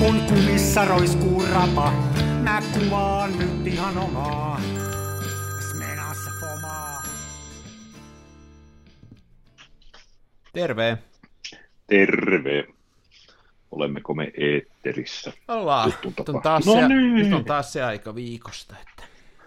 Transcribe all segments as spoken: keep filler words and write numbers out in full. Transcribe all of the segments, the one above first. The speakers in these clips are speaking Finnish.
Kun kumissa roiskuu rapa, mä kuvaan nyt ihan omaa. Smenassa fomaa. Terve. Terve. Olemmeko me eetterissä? Ollaan. Nyt on, taas no se, niin. nyt on taas se aika viikosta, että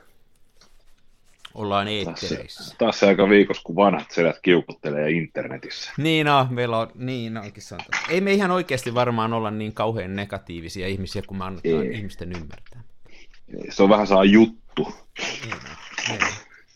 ollaan eettereissä. Taas, taas se aika viikossa, kun vanhat sedät kiukuttelee internetissä. Niin on, meillä on, niin onkin sanottu. Ei me ihan oikeasti varmaan olla niin kauhean negatiivisia ihmisiä, kun me annetaan Ei. ihmisten ymmärtää. Se on vähän saa juttu. Niin, niin.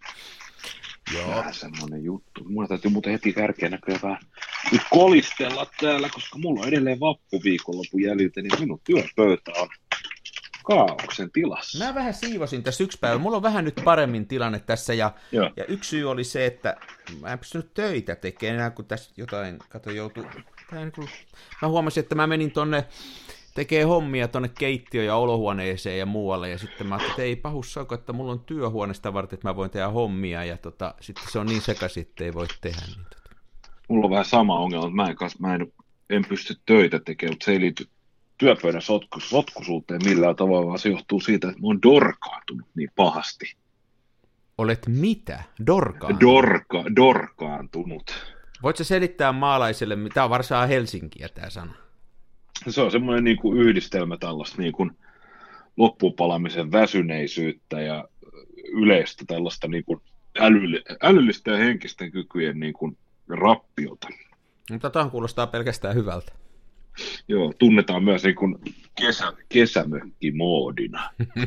Joo. Vähän semmoinen juttu. Mulla täytyy muuten heti kärkeä näköjään vähän nyt kolistella täällä, koska mulla on edelleen vappuviikonlopun jäljiltä, niin minun työpöytä on kaaoksen tilassa. Mä vähän siivosin tässä yksi päivä. Mulla on vähän nyt paremmin tilanne tässä, ja, ja yksi syy oli se, että mä en pystynyt töitä tekemään enää, kun tässä jotain, kato, joutui... Niin kuin... Mä huomasin, että mä menin tonne tekee hommia tonne keittiöön ja olohuoneeseen ja muualle, ja sitten mä ajattelin, että ei pahus sauko, että mulla on työhuoneesta varten, että mä voin tehdä hommia, ja tota, sitten se on niin sekaisin, että ei voi tehdä. Niin tota. Mulla on vähän sama ongelma, että mä en, kanssa, mä en, en pysty töitä tekemään, mutta se ei liity työpöydän sotku, sotkuisuuteen millään tavalla, vaan se johtuu siitä, että mä oon dorkaantunut niin pahasti. Olet mitä? Dorkaantunut? Dorka, dorkaantunut. Voitko selittää maalaiselle, mitä on varsinaan Helsinkiä tämä sana? Se on semmoinen niin kuin yhdistelmä tällaista niin kuin loppupalamisen väsyneisyyttä ja yleistä tällaista niin kuin älyll- älyllistä ja henkisten kykyjen niin kuin rappiota. Mutta tuohon kuulostaa pelkästään hyvältä. Joo, tunnetaan myös niin kuin kesä, kesämökkimoodina.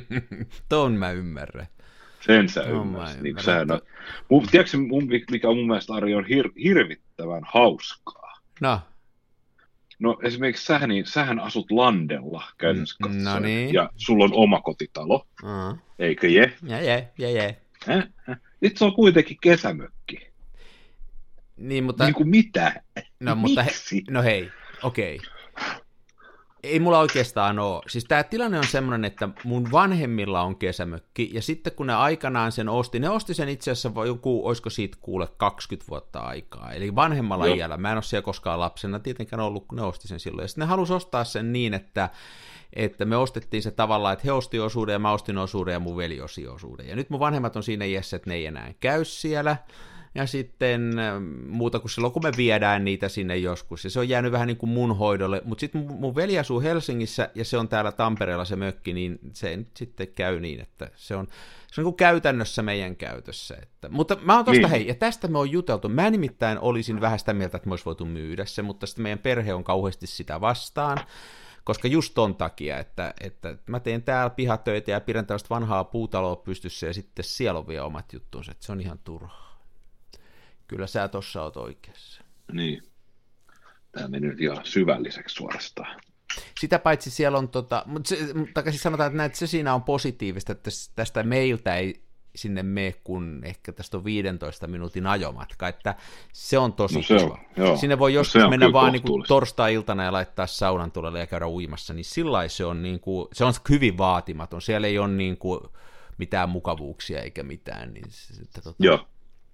Ton mä ymmärrän. Sen sä ymmärrät. Niin on... mun, tiedätkö, mun, mikä mun mielestä, Ari, on hir- hirvittävän hauskaa? No. No esimerkiksi sähän, niin, sähän asut Landella käytännössä katsoen, no niin. Ja sulla on omakotitalo, uh-huh. eikö je? Ja je, ja je. Äh? Nyt se on kuitenkin kesämökki. Niin, mutta... Niin kuin mitä? No, Miksi? Mutta he... No hei, okei. Okay. Ei mulla oikeastaan ole. Siis tämä tilanne on semmoinen, että mun vanhemmilla on kesämökki, ja sitten kun ne aikanaan sen osti, ne osti sen itse asiassa joku, olisiko siitä kuule kaksikymmentä vuotta aikaa, eli vanhemmalla Joo. iällä. Mä en ole siellä koskaan lapsena tietenkään ollut, kun ne osti sen silloin. Ja sitten ne halusi ostaa sen niin, että, että me ostettiin se tavallaan, että he osti osuuden, ja mä ostin osuuden, ja mun veli osti osuuden. Ja nyt mun vanhemmat on siinä iässä, että ne ei enää käy siellä. Ja sitten muuta kuin silloin, kun me viedään niitä sinne joskus. Ja se on jäänyt vähän niin kuin mun hoidolle. Mutta sitten mun, mun veli asuu Helsingissä ja se on täällä Tampereella se mökki, niin se nyt sitten käy niin, että se on, se on niin kuin käytännössä meidän käytössä. Että, mutta mä oon tosta, niin. hei, ja tästä me on juteltu. Mä nimittäin olisin vähän sitä mieltä, että me olisi voitu myydä se, mutta sitten meidän perhe on kauheasti sitä vastaan. Koska just ton takia, että, että mä teen täällä pihatöitä ja pidän tällaista vanhaa puutaloa pystyssä ja sitten siellä on vielä omat juttunsa, että se on ihan turhaa. Kyllä sä tossa oot oikeassa. Niin. Tämä meni nyt ihan syvälliseksi suorastaan. Sitä paitsi siellä on, tota, mutta, se, mutta siis sanotaan, että, näet, se siinä on positiivista, että tästä meiltä ei sinne mene, kun ehkä tästä on viidentoista minuutin ajomatka, että se on tosi no se kiva. On, sinne voi joskus no mennä vaan niin kuin torstai-iltana ja laittaa saunan tulelle ja käydä uimassa, niin sillä se on, niin kuin, se on hyvin vaatimaton. Siellä ei ole niin kuin mitään mukavuuksia eikä mitään. Niin, että, tota, Joo.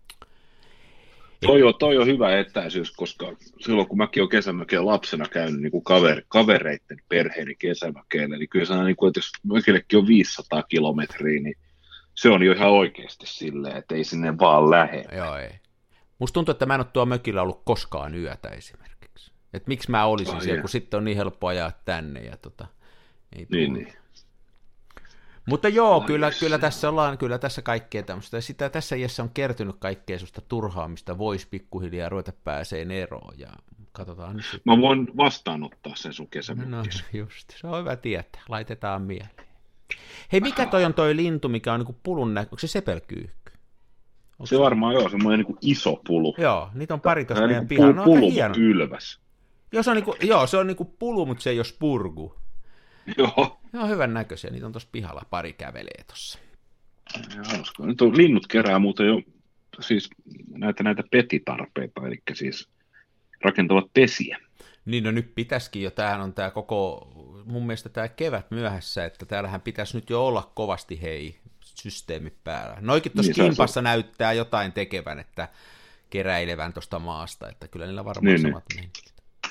Toi on, toi on hyvä etäisyys, koska silloin kun mäkin olen kesämökeen lapsena käynyt niin kuin kaver, kavereiden perheeni kesämökeille, niin kyllä sanotaan, niin kuin, että jos mökillekin on viisisataa kilometriä, niin se on jo ihan oikeasti silleen, että ei sinne vaan lähde. Joo, ei. Musta tuntuu, että mä en ole tuo mökillä ollut koskaan yötä esimerkiksi. Että miksi mä olisin oh, siellä, yeah. kun sitten on niin helppo ajaa tänne. Ja tota, ei niin, niin. Mutta joo, kyllä, kyllä tässä ollaan, kyllä tässä kaikkea tämmöistä. Sitä tässä iässä on kertynyt kaikkea sellaista turhaa, mistä voisi pikkuhiljaa ruveta pääseen eroon. Ja katsotaan nyt sitten. Mä voin vastaanottaa sen sun kesämökkisen. No just, se on hyvä tietää. Laitetaan mieleen. Hei, mikä toi on toi lintu, mikä on niinku pulun näkö? Onko se sepelkyykky? Onko se varmaan joo, semmoinen niinku iso pulu. Joo, niitä on pari tuossa meidän pihalla. No, pulu, pylväs. Joo, se on niinku, joo, se on niinku pulu, mutta se ei ole spurgu. Joo. Ne on hyvän näköisiä, niitä on tuossa pihalla, pari kävelee tuossa. Hauska. Nyt on, linnut kerää muuten jo siis näitä, näitä petitarpeita, eli siis rakentavat pesiä. Niin, no nyt pitäisikin jo, tämähän on tämä koko, mun mielestä tämä kevät myöhässä, että täällähän pitäisi nyt jo olla kovasti hei systeemi päällä. Noikin tuossa niin, kimpassa on... näyttää jotain tekevän, että keräilevän tuosta maasta, että kyllä niillä varmaan niin, samat niin.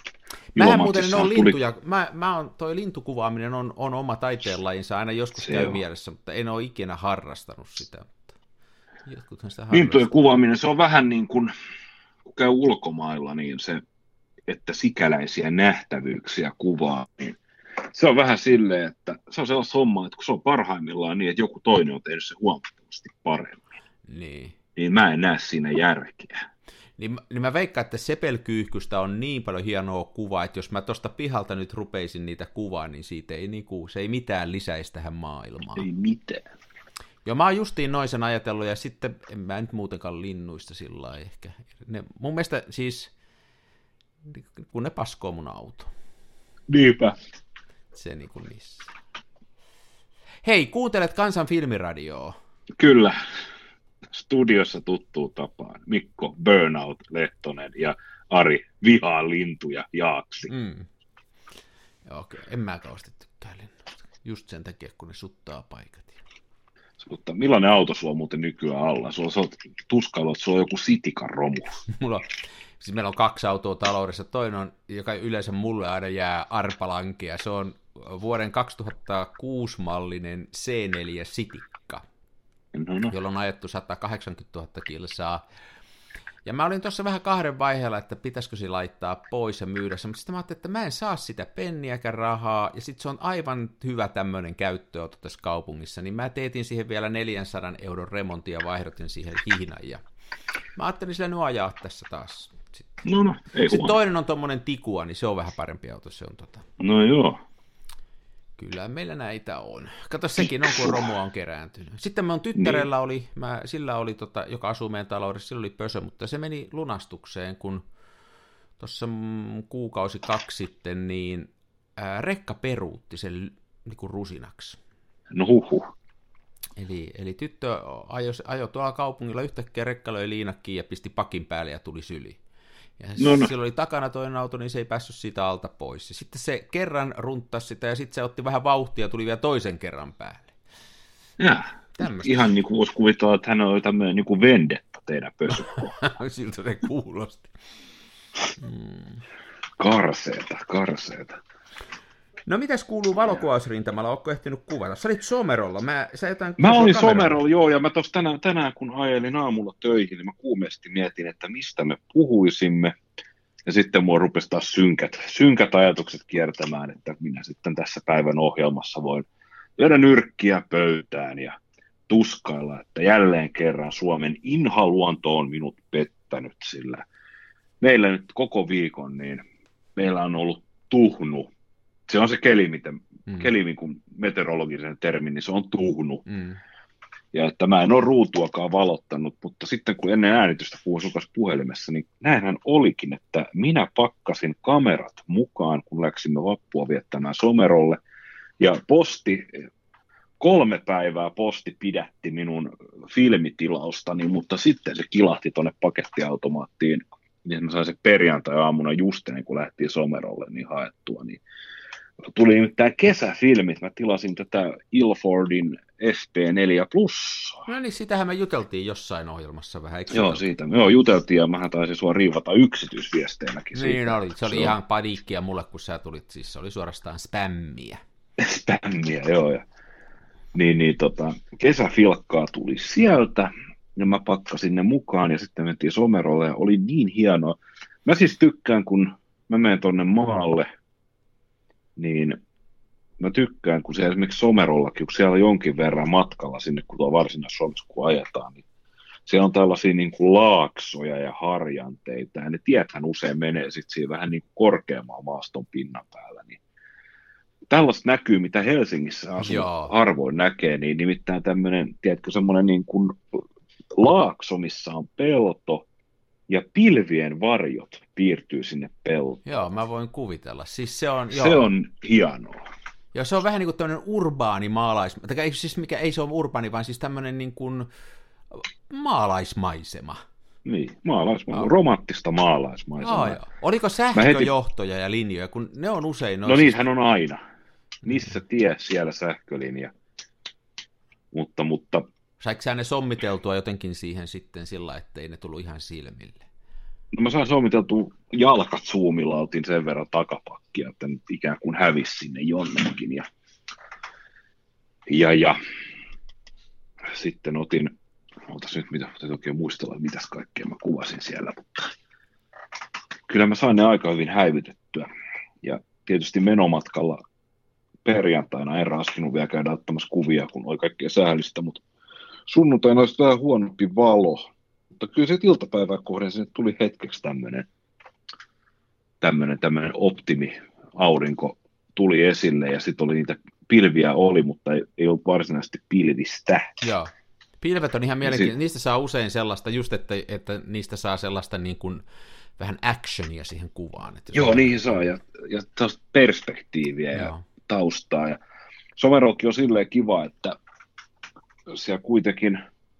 Mähän muuten en ole tuli... lintuja, mä, mä on, toi lintukuvaaminen on, on oma taiteenlajinsa, aina joskus se käy on. mielessä, mutta en ole ikinä harrastanut sitä. Jotkuthan sitä harrastaa. Lintujen kuvaaminen, se on vähän niin kuin, kun käy ulkomailla, niin se, että sikäläisiä nähtävyyksiä kuvaa, niin se on vähän silleen, että se on sellaista hommaa, että kun se on parhaimmillaan niin, että joku toinen on tehnyt se huomattavasti paremmin, niin, niin mä en näe siinä järkeä. Niin, niin mä veikkaan, että sepelkyyhkystä on niin paljon hienoa kuvaa, että jos mä tuosta pihalta nyt rupeisin niitä kuvaa, niin siitä ei, niinku, se ei mitään lisäisi tähän maailmaan. Ei mitään. Joo, mä oon justiin noin sen ajatellut, ja sitten en mä nyt muutenkaan linnuista sillä lailla ehkä. Ne, mun mielestä siis, kun ne paskoo mun auto. Niinpä. Se niin kuin niissä. Hei, kuuntelet Kansan filmiradioa? Kyllä. Studiossa tuttuun tapaan. Mikko Burnout Lehtonen ja Ari Vihaa lintuja Jaaksi. Mm. Joo, okay. En mä kauheasti tykkää linnuista. Just sen takia, kun ne suttaa paikat. Mutta millainen auto sulla on muuten nykyään alla? Sulla on tuskailu, että sulla on joku Citikan romu. Mulla on, siis meillä on kaksi autoa taloudessa. Toinen on, joka yleensä mulle aina jää arpalankia. Se on vuoden kaksituhattakuusi-mallinen C neljä Citikka, no, no. jolla on ajettu sata kahdeksankymmentätuhatta kilsaa. Ja mä olin tuossa vähän kahden vaiheella, että pitäisikö se laittaa pois ja myydä se, mutta sitten mä ajattelin, että mä en saa sitä penniäkään rahaa, ja sitten se on aivan hyvä tämmöinen käyttöauto tässä kaupungissa, niin mä teetin siihen vielä neljänsadan euron remontin ja vaihdotin siihen hihnan, ja mä ajattelin sillä nyt ajaa tässä taas. Sitten, no, no, ei sitten toinen on tommonen Tikua, niin se on vähän parempi auto, se on tota. No joo. Kyllä meillä näitä on. Kato, sekin on, kun romua on kerääntynyt. Sitten me on tyttärellä niin. oli, mä, sillä oli, tota, joka asuu meidän taloudessa, sillä oli pösö, mutta se meni lunastukseen, kun tuossa kuukausi kaksi sitten, niin ää, rekka peruutti sen niin kuin rusinaksi. No huhu. Eli, eli tyttö ajoi, ajoi tuolla kaupungilla yhtäkkiä, rekka löi liinakkiin ja pisti pakin päälle ja tuli syliin. Ja no, no. Sillä oli takana toinen auto, niin se ei päässyt siitä alta pois. Ja sitten se kerran runttasi sitä, ja sitten se otti vähän vauhtia, ja tuli vielä toisen kerran päälle. Ja, ihan niin kuin voisi kuvitella, että hän on tämmöinen niin kuin vendetta teidän pösykkoon. Siltä se kuulosti. Mm. Karseeta, karseeta. No mitäs kuuluu valokuvausrintamalla? Ootko ehtinyt kuvata? Sä olit Somerolla. Mä, sä jotain mä olin Somerolla, joo, ja mä tuossa tänään, tänään, kun ajelin aamulla töihin, niin mä kuumeesti mietin, että mistä me puhuisimme. Ja sitten mua rupesi taas synkät, synkät ajatukset kiertämään, että minä sitten tässä päivän ohjelmassa voin lyödä nyrkkiä pöytään ja tuskailla, että jälleen kerran Suomen inhaluonto on minut pettänyt, sillä meillä nyt koko viikon, niin meillä on ollut tuhnu. Se on se keli, miten, mm. keli niin kuin meteorologisen termin, niin se on tuhnu. Mm. Ja että mä en ole ruutuakaan valottanut, mutta sitten kun ennen äänitystä puhuin sun kanssa puhelimessa, niin näinhän olikin, että minä pakkasin kamerat mukaan, kun läksimme vappua viettämään Somerolle. Ja posti, kolme päivää posti pidätti minun filmitilaustani, mutta sitten se kilahti tuonne pakettiautomaattiin, niin mä sain se perjantai-aamuna just ennen kuin lähtiin Somerolle niin haettua, niin tuli nyt tämä kesäfilmit, mä tilasin tätä Ilfordin S P neljä Plus. No niin, sitähän me juteltiin jossain ohjelmassa vähän, eikö? Joo, siitä. Joo, juteltiin ja mähän taisin sua riivata yksityisviesteilläkin siitä. Niin oli, se oli se ihan paniikkia mulle, kun sä tulit, siis se oli suorastaan spämmiä. Spämmiä, joo. Ja. Niin, niin tota, kesäfilkkaa tuli sieltä ja mä pakkasin ne mukaan ja sitten mentiin Somerolle ja oli niin hienoa. Mä siis tykkään, kun mä menen tonne maalle, niin mä tykkään, kun se esimerkiksi Somerollakin, kun siellä on jonkin verran matkalla sinne, kun tuo Varsinais-Suomessa kun ajetaan, niin siellä on tällaisia niin kuin laaksoja ja harjanteita, ja ne tiethän usein menee sitten siinä vähän niin kuin korkeamman maaston pinnan päällä, niin tällaista näkyy, mitä Helsingissä asuu harvoin näkee, niin nimittäin tämmöinen, tiedätkö, semmoinen niin kuin laakso, missä on pelto, ja pilvien varjot piirtyy sinne peltoon. Joo, mä voin kuvitella. Siis se on, se joo. on hienoa. Joo, se on vähän niin kuin tämmöinen urbaani maalais... Tai siis mikä ei se ole urbaani, vaan siis tämmöinen niin kuin maalaismaisema. Niin, maalaismaisema. Oh. Romanttista maalaismaisemaa. Oh, joo. Oliko sähköjohtoja heti... ja linjoja, kun ne on usein... No niissähän on aina. Missä tie, siellä sähkölinja. Mutta, mutta... Saiko sä ne sommiteltua jotenkin siihen sitten sillä, ettei ne tullut ihan silmille? No mä sain sommiteltua jalkat zoomilla, otin sen verran takapakkia, että nyt ikään kuin hävisi sinne jonnekin. Ja, ja, ja sitten otin, ootas nyt mitä, täytyy oikein muistella, mitäs kaikkea mä kuvasin siellä, mutta kyllä mä sain ne aika hyvin häivytettyä. Ja tietysti menomatkalla perjantaina en raskinut vielä käydä ottamassa kuvia, kun oli kaikkea säällistä, mutta sunnuntaina olisi vähän huonompi valo. Mutta kyllä se iltapäivää kohden sinne tuli hetkeksi tämmöinen tämmöinen, tämmöinen optimi aurinko tuli esille ja sitten oli niitä pilviä oli, mutta ei, ei ollut varsinaisesti pilvistä. Joo. Pilvet on ihan mielenkiintoista. Niistä saa usein sellaista, just että, että niistä saa sellaista niin kuin vähän actionia siihen kuvaan. Että Joo, niihin saa ja, ja taas perspektiiviä Joo. ja taustaa. Ja somerookki on silleen kiva, että siellä kuitenkin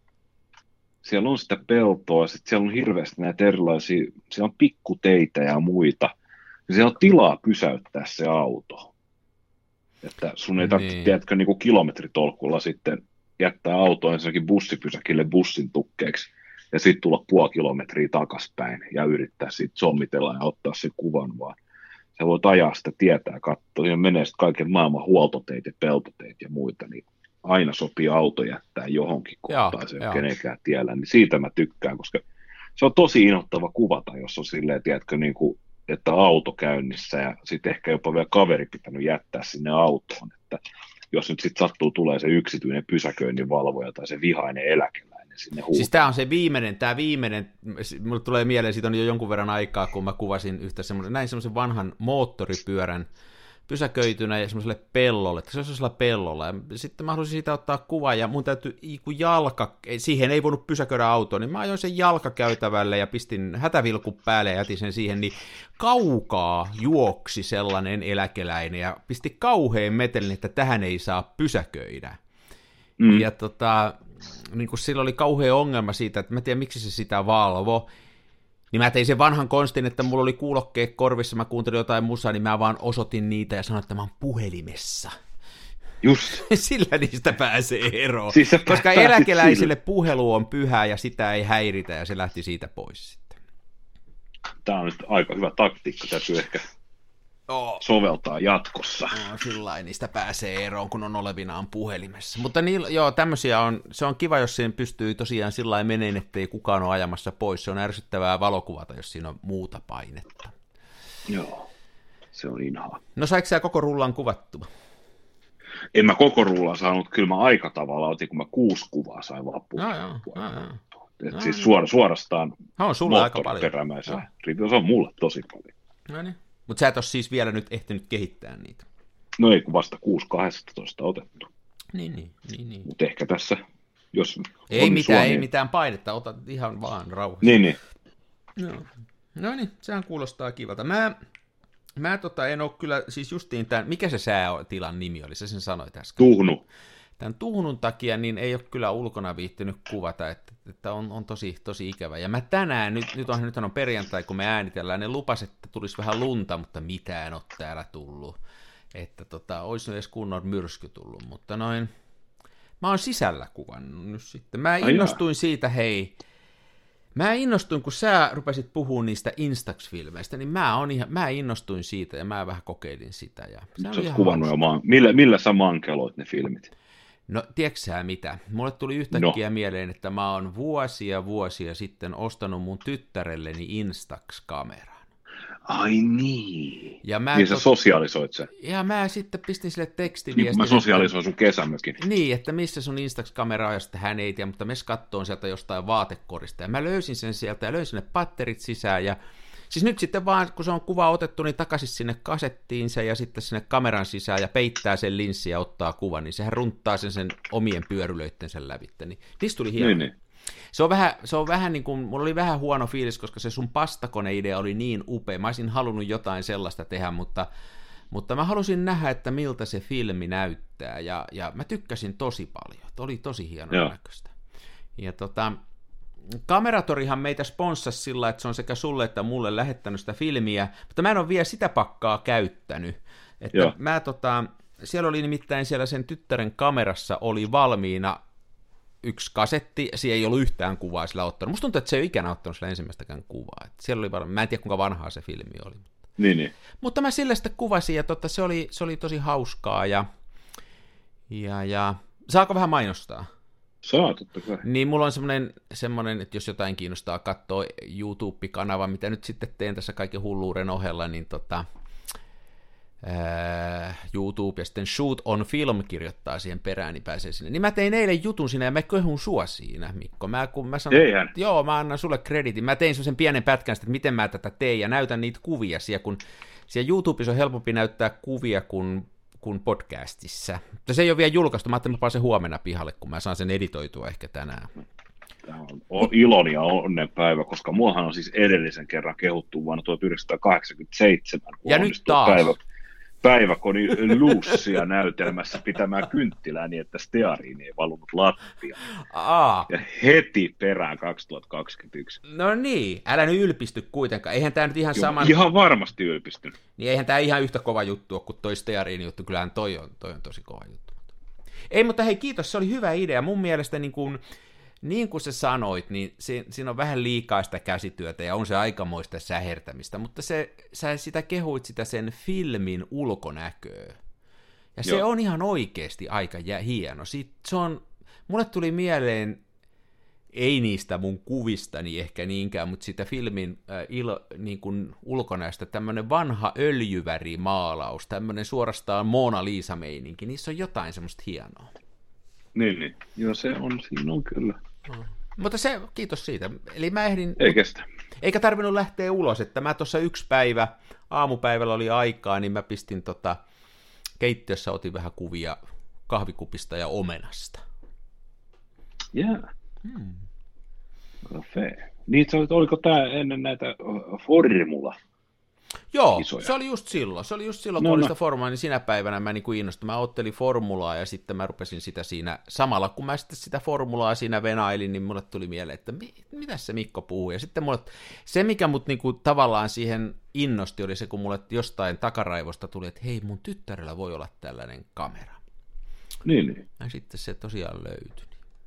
siellä on sitä peltoa, sitten siellä on hirveästi näitä erilaisia, siellä on pikkuteitä ja muita, ja siellä on tilaa pysäyttää se auto. Että sun ei tarvitse, niin. tiedätkö, niin kuin kilometritolkulla sitten jättää auto ensinnäkin bussipysäkille bussin tukkeeksi, ja sitten tulla puoli kilometriä takaspäin, ja yrittää sitten sommitella ja ottaa sen kuvan, vaan sä voit ajaa sitä tietää ja katsoa, ja menee sitten kaiken maailman huoltoteitä, peltoteitä ja muita, niin aina sopii auto jättää johonkin kohtaan, se ei kenenkään tiellä, niin siitä mä tykkään, koska se on tosi innoittava kuvata, jos on silleen, tiedätkö, niin kuin, että auto käynnissä ja sitten ehkä jopa vielä kaveri pitänyt jättää sinne autoon, että jos nyt sitten sattuu tulee se yksityinen pysäköinninvalvoja tai se vihainen eläkeläinen sinne huutaan. Siis tämä on se viimeinen, tämä viimeinen, mulle tulee mieleen, siitä on jo jonkun verran aikaa, kun mä kuvasin yhtä semmoinen, näin semmoisen vanhan moottoripyörän pysäköitynä ja semmoiselle pellolle, että se on semmoisella pellolla, ja sitten mä halusin siitä ottaa kuva, ja mun täytyy, kun jalka, siihen ei voinut pysäköidä autoa, niin mä ajoin sen jalkakäytävälle, ja pistin hätävilkun päälle, ja jätin sen siihen, niin kaukaa juoksi sellainen eläkeläinen, ja pisti kauhean metelin, että tähän ei saa pysäköidä. Mm. Ja tota, niin kun sillä oli kauhean ongelma siitä, että mä en tiedä, miksi se sitä valvo, niin mä tein sen vanhan konstin, että mulla oli kuulokkeet korvissa, mä kuuntelin jotain musaa, niin mä vaan osoitin niitä ja sanoin, että mä oon puhelimessa. Just. Sillä niistä pääsee eroon. Siis koska eläkeläisille sillä. Puhelu on pyhä ja sitä ei häiritä ja se lähti siitä pois sitten. Tämä on nyt aika hyvä taktiikka, täytyy ehkä oh. soveltaa jatkossa. No, sillä niistä pääsee eroon, kun on olevinaan puhelimessa. Mutta niin, joo, tämmöisiä on, se on kiva, jos siinä pystyy tosiaan sillä lailla meneen, ettei kukaan ole ajamassa pois. Se on ärsyttävää valokuvata, jos siinä on muuta painetta. Joo, se on inhaa. No saiko sä koko rullan kuvattua? En mä koko rullan saanut, kyllä mä aika tavalla otin, kun mä kuusi kuvaa sain vappuun. No, joo, no, joo. No, siis suora, suorastaan on sulla aika paljon. No. Se on mulle tosi paljon. No niin. Mutta sä et ole siis vielä nyt ehtinyt kehittää niitä. No ei, kun vasta kuusi kahdeksantoista otettu. Niin, niin, niin. niin. Mutta ehkä tässä, jos ei mitään, Suomi... ei mitään painetta, ota ihan vaan rauhassa. Niin, niin. No, no niin, sehän kuulostaa kivalta. Mä, mä tota, en ole kyllä, siis justiin tämän, mikä se säätilan nimi oli, sä sen sanoit äsken. Tuhnu. Tämän tuhnun takia niin ei ole kyllä ulkona viittynyt kuvata, että, että on, on tosi, tosi ikävä. Ja mä tänään, nyt, nyt on, nythän on perjantai, kun me äänitellään, ne lupas, että tulisi vähän lunta, mutta mitään ole täällä tullut. Että tota, olisi edes kunnon myrsky tullut, mutta noin, mä oon sisällä kuvannut nyt sitten. Mä innostuin Ai siitä, hei, mä innostuin, kun sä rupesit puhumaan niistä Instax-filmeistä, niin mä, on ihan, mä innostuin siitä ja mä vähän kokeilin sitä. Ja sä oot kuvannut jo, maan, millä, millä sä mankeloit ne filmit? No, tiedätkö sä mitä? Mulle tuli yhtäkkiä no. mieleen, että mä oon vuosia vuosia sitten ostanut mun tyttärelleni Instax-kameran. Ai niin. Ja mä niin tot... sä sosialisoit sen. Ja mä sitten pistin sille tekstiviestin. Niin, mä sosialisoin sun kesämökin. Niin, että missä sun Instax-kamera on, ja sitten hän ei tiedä, mutta mes kattoon sieltä jostain vaatekorista. Ja mä löysin sen sieltä ja löin sinne patterit sisään ja siis nyt sitten vaan, kun se on kuva otettu, niin takaisin sinne kasettiin se ja sitten sinne kameran sisään ja peittää sen linssin ja ottaa kuvan, niin sehän runttaa sen sen omien pyörylöittensä lävitte. Niin niistä tuli hieno. Niin, niin. Se on vähän, se on vähän niin kuin, mulla oli vähän huono fiilis, koska se sun pastakoneidea oli niin upea. Mä olisin halunnut jotain sellaista tehdä, mutta, mutta mä halusin nähdä, että miltä se filmi näyttää ja, ja mä tykkäsin tosi paljon. Oli tosi hienon näköistä. Ja tota... Kameratorihan meitä sponssasi sillä, että se on sekä sulle että mulle lähettänyt sitä filmiä, mutta mä en ole vielä sitä pakkaa käyttänyt. Että mä, tota, siellä oli nimittäin siellä sen tyttären kamerassa oli valmiina yksi kasetti, siellä ei ollut yhtään kuvaa sillä ottanut. Musta tuntuu, että se ei ole ikänä ottanut sillä ensimmäistäkään kuvaa. Et siellä oli varmaan, mä en tiedä kuinka vanhaa se filmi oli. Niin, niin. Mutta mä sillä sitä kuvasin, ja totta, se, oli, se oli tosi hauskaa, ja, ja, ja saako vähän mainostaa? Saa, totta kai. Niin, mulla on semmoinen, semmoinen, että jos jotain kiinnostaa katsoa YouTube-kanava, mitä nyt sitten teen tässä kaiken hulluuden ohella, niin tota, ää, YouTube ja sitten Shoot on Film kirjoittaa siihen perään, niin pääsee sinne. Niin mä tein eilen jutun siinä, ja mä kehun sua siinä, Mikko. Mä, kun mä sanon, Eihän. Joo, mä annan sulle kreditin. Mä tein semmoisen pienen pätkän, että miten mä tätä teen, ja näytän niitä kuvia siellä, kun siellä YouTubessa on helpompi näyttää kuvia kuin kuin podcastissa. Mutta se ei ole vielä julkaistu, mä ajattelin, että mä pääsen huomenna pihalle, kun mä saan sen editoitua ehkä tänään. Tämä on ilon ja onnen päivä, koska muahan on siis edellisen kerran kehuttu vuonna tuhatyhdeksänsataakahdeksankymmentäseitsemän, kun ja nyt taas. Päivä, päiväkoni Luussia näytelmässä pitämään kynttilää niin, että steariini ei valunut lattiaan. Aa. Ja heti perään kaksituhattakaksikymmentäyksi. No niin, älä nyt ylpisty kuitenkaan. Eihän tämä nyt ihan Joo, saman... Ihan varmasti ylpistyn. Niin eihän tämä ihan yhtä kova juttu ole kuin toi steariini juttu. Kyllähän toi on, toi on tosi kova juttu. Ei, mutta hei, kiitos, se oli hyvä idea. Mun mielestä niin kuin, niin kuin sä sanoit, niin si, siinä on vähän liikaa sitä käsityötä ja on se aikamoista sähertämistä, mutta se, sä sitä kehuit sitä sen filmin ulkonäköä. Ja se Joo. on ihan oikeasti aika jä, hieno. Siit, se on, mulle tuli mieleen, ei niistä mun kuvistani ehkä niinkään, mutta sitä filmin äh, ilo, niin kuin ulkonäöstä tämmöinen vanha öljyvärimaalaus, tämmöinen suorastaan Mona Lisa-meininki, niissä on jotain semmoista hienoa. Niin, niin. Joo, se on, siinä on kyllä. Mm. Mutta se, kiitos siitä. Eli mä ehdin, Ei kestä. eikä tarvinnut lähteä ulos, että mä tuossa yksi päivä, aamupäivällä oli aikaa, niin mä pistin tota, keittiössä otin vähän kuvia kahvikupista ja omenasta. Jää. Hmm. Fair. Niin, se oli- oliko tämä ennen näitä uh, Formula? Joo, Isoja. se oli just silloin. Se oli just silloin, No, kun oli no. sitä formulaa, niin sinä päivänä mä niin innostuin. Mä ottelin formulaa ja sitten mä rupesin sitä siinä, samalla kun mä sitten sitä formulaa siinä venailin, niin mulle tuli mieleen, että mi, mitä se Mikko puhuu. Ja sitten mulle, se mikä mut niin kuin tavallaan siihen innosti oli se, kun mulle jostain takaraivosta tuli, että hei, mun tyttärellä voi olla tällainen kamera. Niin, niin. Ja sitten se tosiaan löytyi.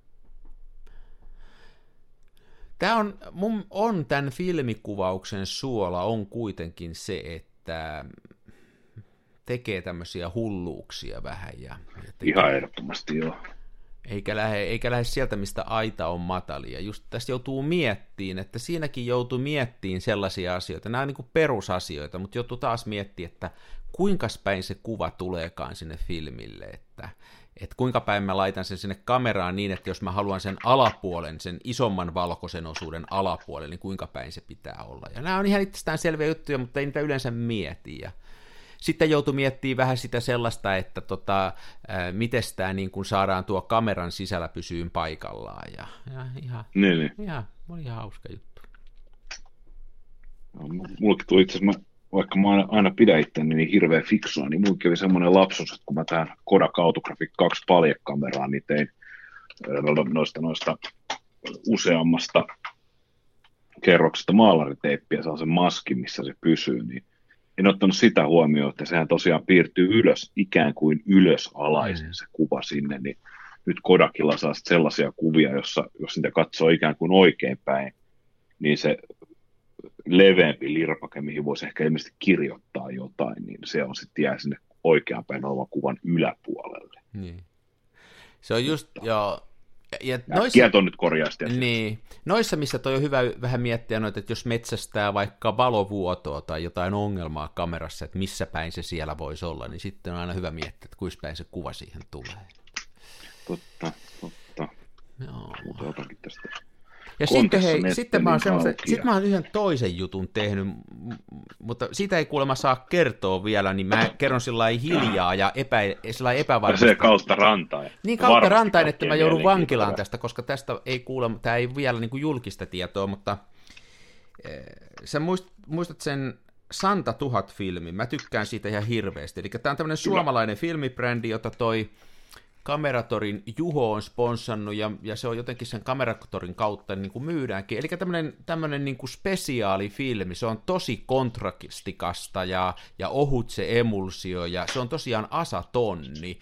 Tämä on, mun, on tämän filmikuvauksen suola on kuitenkin se, että tekee tämmöisiä hulluuksia vähän. Ja, ja tekee, Ihan ehdottomasti joo. eikä, lähde, eikä lähde sieltä, mistä aita on matalia. Just tässä joutuu miettiin, että siinäkin joutuu miettiin sellaisia asioita. Nämä on niin kuin perusasioita, mutta joutuu taas miettimään, että kuinka päin se kuva tuleekaan sinne filmille, että että kuinka päin mä laitan sen sinne kameraan niin, että jos mä haluan sen alapuolen, sen isomman valkoisen osuuden alapuolen, niin kuinka päin se pitää olla. Ja nämä on ihan itsestään selviä juttuja, mutta ei niitä yleensä mieti. Ja sitten joutuu miettimään vähän sitä sellaista, että tota, miten tämä niin kun saadaan tuo kameran sisällä pysyyn paikallaan. Ja, ja ihan, Niin, niin. ihan, oli ihan hauska juttu. No, mullakin tuli itse asiassa, mä, vaikka mä aina, aina pidän itseäni niin hirveän fiksua, niin mulla kävi semmoinen lapsus, että kun mä tähän Kodak Autographic kaksi paljekameraan, niin tein noista, noista useammasta kerroksesta maalariteippiä, saa sen maskin, missä se pysyy, niin en ottanut sitä huomioon, että sehän tosiaan piirtyy ylös, ikään kuin ylösalaisin se kuva sinne, niin nyt Kodakilla saa sellaisia kuvia, jossa, jos niitä katsoo ikään kuin oikein päin, niin se leveämpi lirpake, mihin voisi ehkä ilmeisesti kirjoittaa jotain, niin se on sitten jää sinne oikean päin olevan kuvan yläpuolelle. Niin. Se on just, joo. Ja Äkkiä ton nyt korjaasti. Niin. Noissa, missä toi on hyvä vähän miettiä noita, että jos metsästää vaikka valovuotoa tai jotain ongelmaa kamerassa, että missä päin se siellä voisi olla, niin sitten on aina hyvä miettiä, että kuinka päin se kuva siihen tulee. Totta, totta. Joo. Mutta otankin tästä. Ja sitten, hei, Nettelin sitten, mä oon auki sitten ja- mä oon yhden toisen jutun tehnyt, m- mutta siitä ei kuulemma saa kertoa vielä, niin mä kerron sillä lailla hiljaa ja epä, sillä lailla epävarmasti. Se kautta rantain. Niin kautta Varmasti rantain, että mä kaikkein joudun vankilaan mielenkiintoinen. tästä, koska tästä ei kuule, tämä ei vielä niin kuin julkista tietoa, mutta eh, sä muist, muistat sen Santa tuhat-filmin, mä tykkään siitä ihan hirveästi, eli tämä on tämmöinen suomalainen filmibrändi, jota toi Kameratorin Juho on sponssannut, ja, ja se on jotenkin sen Kameratorin kautta niin kuin myydäänkin, eli tämmöinen, tämmöinen niin kuin spesiaalifilmi, se on tosi kontrastikasta ja, ja ohut se emulsio, ja se on tosiaan asatonni,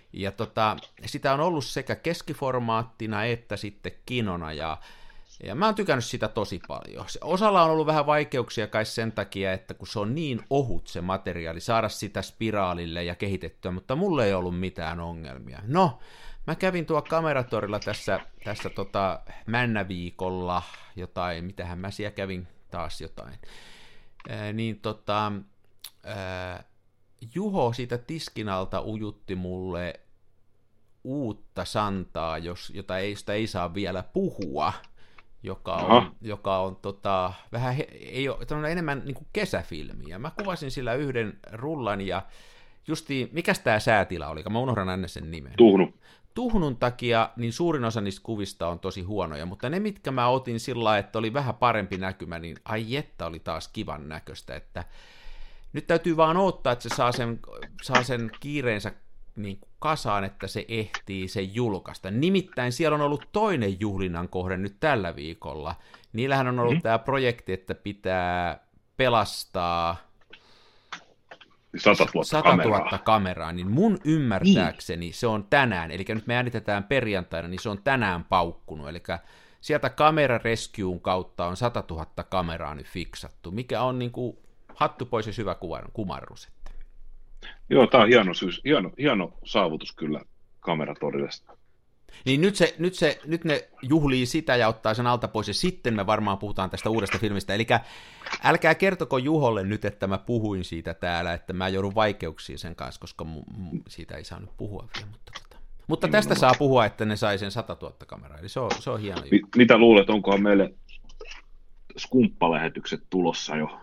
Ja tota, sitä on ollut sekä keskiformaattina että sitten kinona, ja, ja mä oon tykännyt sitä tosi paljon. Osalla on ollut vähän vaikeuksia kai sen takia, että kun se on niin ohut se materiaali, saada sitä spiraalille ja kehitettyä, mutta mulle ei ollut mitään ongelmia. No, mä kävin tuo kameratorilla tässä, tässä tota männäviikolla jotain, mitähän mä siellä kävin taas jotain, Ää, niin tota, ää, Juho siitä tiskin alta ujutti mulle uutta santaa, jos, jota ei, sitä ei saa vielä puhua, joka on, joka on tota, vähän, ei ole, on enemmän niin kuin kesäfilmiä. Mä kuvasin sillä yhden rullan ja justiin, mikäs tää säätila oli, mä unohdan aina sen nimen. Tuhnu. Tuhnun takia niin suurin osa niistä kuvista on tosi huonoja, mutta ne, mitkä mä otin sillä lailla, että oli vähän parempi näkymä, niin ai jetta oli taas kivan näköistä, että nyt täytyy vaan odottaa, että se saa sen, saa sen kiireensä niin kuin kasaan, että se ehtii sen julkaista. Nimittäin siellä on ollut toinen juhlinnan kohde nyt tällä viikolla. Niillähän on ollut mm. tämä projekti, että pitää pelastaa sata tuhatta kameraa. kameraa, niin mun ymmärtääkseni niin. Se on tänään, eli nyt me äänitetään perjantaina, niin se on tänään paukkunut, eli sieltä Camera Rescue'n kautta on sata tuhatta kameraa nyt fiksattu, mikä on niin kuin hattu pois ja syvä kumarrus. Että. Joo, tämä on hieno, syys, hieno, hieno saavutus kyllä kameratorille. Niin nyt, se, nyt, se, nyt ne juhlii sitä ja ottaa sen alta pois, ja sitten me varmaan puhutaan tästä uudesta filmistä. Eli älkää kertoko Juholle nyt, että mä puhuin siitä täällä, että mä joudun vaikeuksiin sen kanssa, koska mu, mu, siitä ei saanut puhua vielä. Mutta, tota. mutta tästä saa puhua, että ne sai sen sata tuhatta kameraa, eli se on, se on hieno juttu. Mitä luulet, onkohan meille skumppalähetykset tulossa jo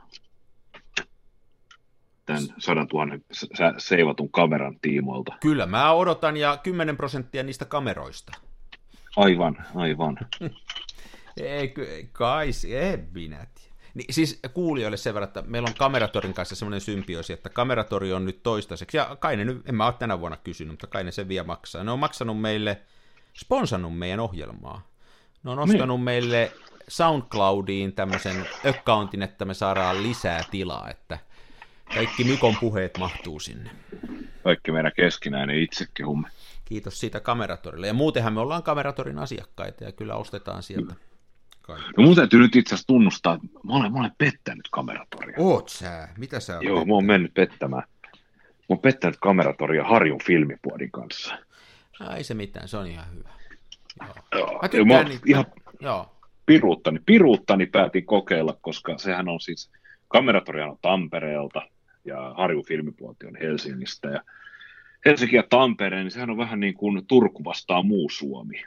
tämän sadantuhannen seivatun kameran tiimoilta? Kyllä, mä odotan, ja kymmenen prosenttia niistä kameroista. Aivan, aivan. Ei, kai, ei minä tiedä. Niin, siis kuulijoille sen verran, että meillä on Kameratorin kanssa semmoinen symbioosi, että Kameratori on nyt toistaiseksi, ja kai ne nyt, en mä ole tänä vuonna kysynyt, mutta kai ne sen vielä maksaa. Ne on maksanut meille, sponsannut meidän ohjelmaa. Ne on ostanut niin. meille SoundCloudiin tämmöisen accountin, että me saadaan lisää tilaa, että kaikki Mikon puheet mahtuu sinne. Kaikki meidän keskinäinen itsekehumme. Kiitos siitä Kameratorille. Ja muutenhan me ollaan Kameratorin asiakkaita ja kyllä ostetaan sieltä. Kaikki. No mun täytyy nyt itse asiassa tunnustaa, että mä olen, mä olen pettänyt Kameratoria. Oot sä? Mitä sä oot Joo, pettänyt? Mä oon mennyt pettämään. Mä oon pettänyt Kameratoria Harjun filmipuodin kanssa. Ei se mitään, se on ihan hyvä. Joo. Joo. Mä tykkään mä niitä. Ihan Joo. Piruuttani, piruuttani päätin kokeilla, koska sehän on siis, Kameratorihan on Tampereelta ja Harjun filmipuoti on Helsingistä. Ja Helsinki ja Tampere, niin sehän on vähän niin kuin Turku vastaan muu Suomi.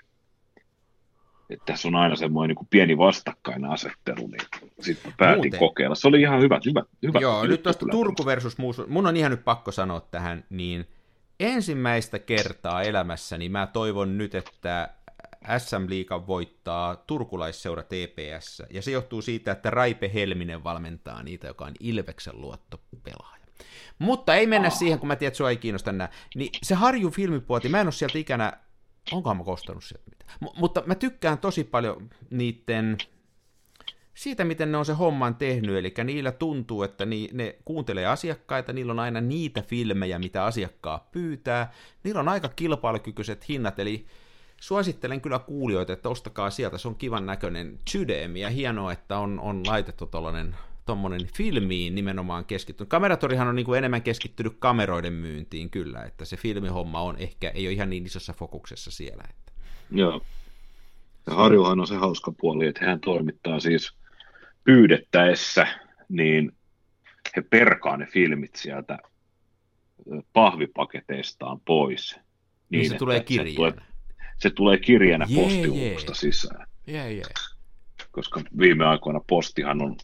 Että tässä on aina semmoinen niin kuin pieni vastakkainasettelu, niin sitten päätin Muuten. kokeilla. Se oli ihan hyvä. hyvä, hyvä Joo, nyt tuosta Turku versus muu Suomi. Mun on ihan nyt pakko sanoa tähän, niin ensimmäistä kertaa elämässäni mä toivon nyt, että S M-liigan voittaa turkulaisseura T P S, ja se johtuu siitä, että Raipe Helminen valmentaa niitä, joka on Ilveksen luottopelaaja. Mutta ei mennä oh. siihen, kun mä tiedän, että sua ei kiinnosta nää. Niin se Harjun filmipuoti, mä en ole sieltä ikänä, onkohan mä kostanut sieltä mitään. M- mutta mä tykkään tosi paljon niiden, siitä miten ne on se homman tehnyt, eli niillä tuntuu, että ni, ne kuuntelee asiakkaita, niillä on aina niitä filmejä, mitä asiakkaat pyytää, niillä on aika kilpailukykyiset hinnat, eli suosittelen kyllä kuulijoita, että ostakaa sieltä, se on kivan näköinen sydämi, ja hienoa, että on, on laitettu tollainen tuommoinen filmiin nimenomaan keskittynyt. Kameratorihan on niin kuin enemmän keskittynyt kameroiden myyntiin kyllä, että se filmihomma on ehkä, ei ole ihan niin isossa fokuksessa siellä. Että. Joo. Ja Harjuhan on se hauska puoli, että hän toimittaa siis pyydettäessä, niin he perkaa ne filmit sieltä pahvipaketeistaan pois. Niin, niin se tulee kirjeenä. Se tulee, se tulee kirjeenä yeah, postiluukusta yeah. sisään. Yeah, yeah. Koska viime aikoina postihan on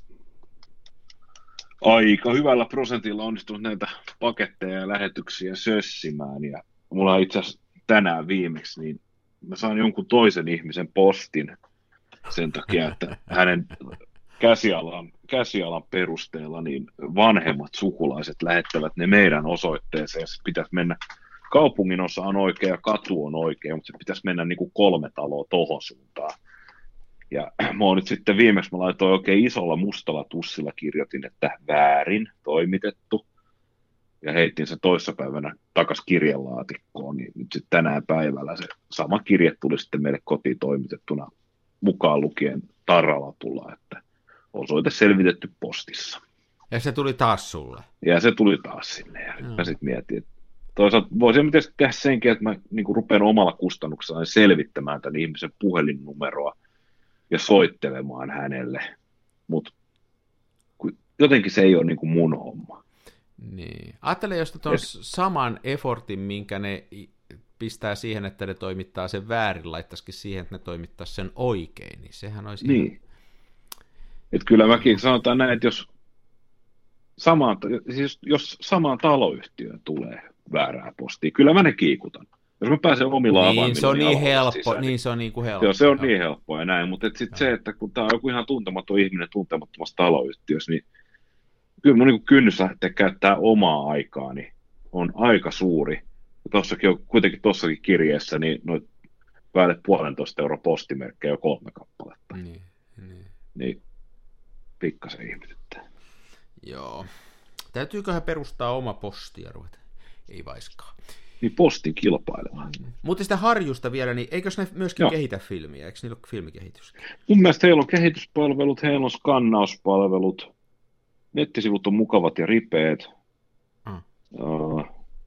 aika hyvällä prosentilla onnistunut näitä paketteja ja lähetyksiä sössimään. Ja mulla on itse asiassa tänään viimeksi, niin mä saan jonkun toisen ihmisen postin sen takia, että hänen käsialan, käsialan perusteella niin vanhemmat sukulaiset lähettävät ne meidän osoitteeseen. Se pitäisi mennä, kaupungin osa on oikein ja katu on oikein, mutta se pitäisi mennä niin kuin kolme taloa tohon suuntaan. Ja mä oon nyt sitten viimeksi, mä laitoin oikein isolla mustalla tussilla, kirjoitin, että väärin toimitettu. ja heitin sen toissapäivänä takas kirjelaatikkoon, niin nyt sitten tänään päivällä se sama kirje tuli sitten meille kotiin toimitettuna mukaan lukien tarralapulla, että osoite selvitetty postissa. Ja se tuli taas sulle? Ja se tuli taas sinne, ja mm. mä sitten mietin, että toisaalta voisin tietysti tehdä senkin, että mä niin kuin rupean omalla kustannuksella selvittämään tämän ihmisen puhelinnumeroa ja soittelemaan hänelle, mutta jotenkin se ei ole niin kuin mun homma. Niin. Ajattele, jos tuon Et... saman effortin, minkä ne pistää siihen, että ne toimittaa sen väärin, laittaisikin siihen, että ne toimittaa sen oikein, niin sehän olisi... Niin. Ihan... Että kyllä mäkin sanotaan näin, että jos samaan, siis jos samaan taloyhtiöön tulee väärää postia, kyllä mä ne kiikutan. Jos mä pääsen omilla niin, avaimilla... Se on niin helppo, sisään, niin se on niin kuin helppo. Joo, se on niin helppoa ja näin, mutta sitten se, että kun tämä on joku ihan tuntematon ihminen tuntemattomassa taloyhtiössä, niin kyllä mun niin kynnys lähteä käyttää omaa aikaa, niin on aika suuri. Tossakin on kuitenkin tuossakin kirjeessä, niin noit päälle puolentoista euro postimerkkejä jo kolme kappaletta. Niin, niin. Niin pikkasen ihmetyttää. Joo. Täytyyköhän perustaa oma postia ruveta? Ei vaiskaan. Niin postin kilpailemaan. Mm. Mutta sitä Harjusta vielä, niin eikös ne myöskin Joo. kehitä filmiä? Eikö niillä ole filmikehitys? Mun mielestä heillä on kehityspalvelut, heillä on skannauspalvelut, nettisivut on mukavat ja ripeät. Mm. Uh,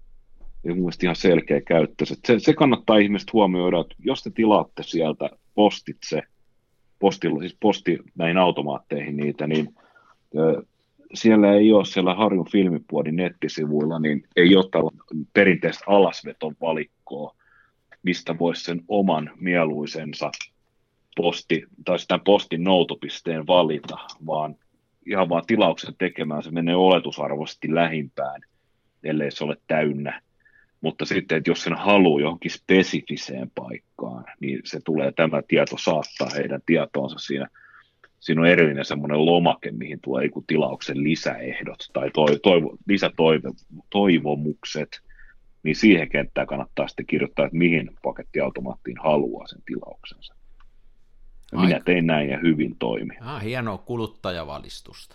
ja mun mielestä ihan selkeä käyttö. Se, se kannattaa ihmiset huomioida, että jos te tilaatte sieltä postitse, postilla, siis posti näihin automaatteihin niitä, niin uh, siellä ei ole siellä Harjun filmipuodin nettisivuilla, niin ei ole tällaista perinteistä alasveton valikkoa, mistä voisi sen oman mieluisensa posti, tai sitä postin noutopisteen valita, vaan ihan vaan tilauksen tekemään se menee oletusarvoisesti lähimpään, ellei se ole täynnä. Mutta sitten, että jos sen haluaa johonkin spesifiseen paikkaan, niin se tulee tämä tieto saattaa heidän tietoonsa siinä. Siinä on erillinen semmoinen lomake, mihin tulee joku tilauksen lisäehdot tai toivo, toivo, lisätoivomukset, niin siihen kenttään kannattaa sitten kirjoittaa, että mihin pakettiautomaattiin haluaa sen tilauksensa. Ja minä tein näin ja hyvin toimi. Ah, hienoa kuluttajavalistusta.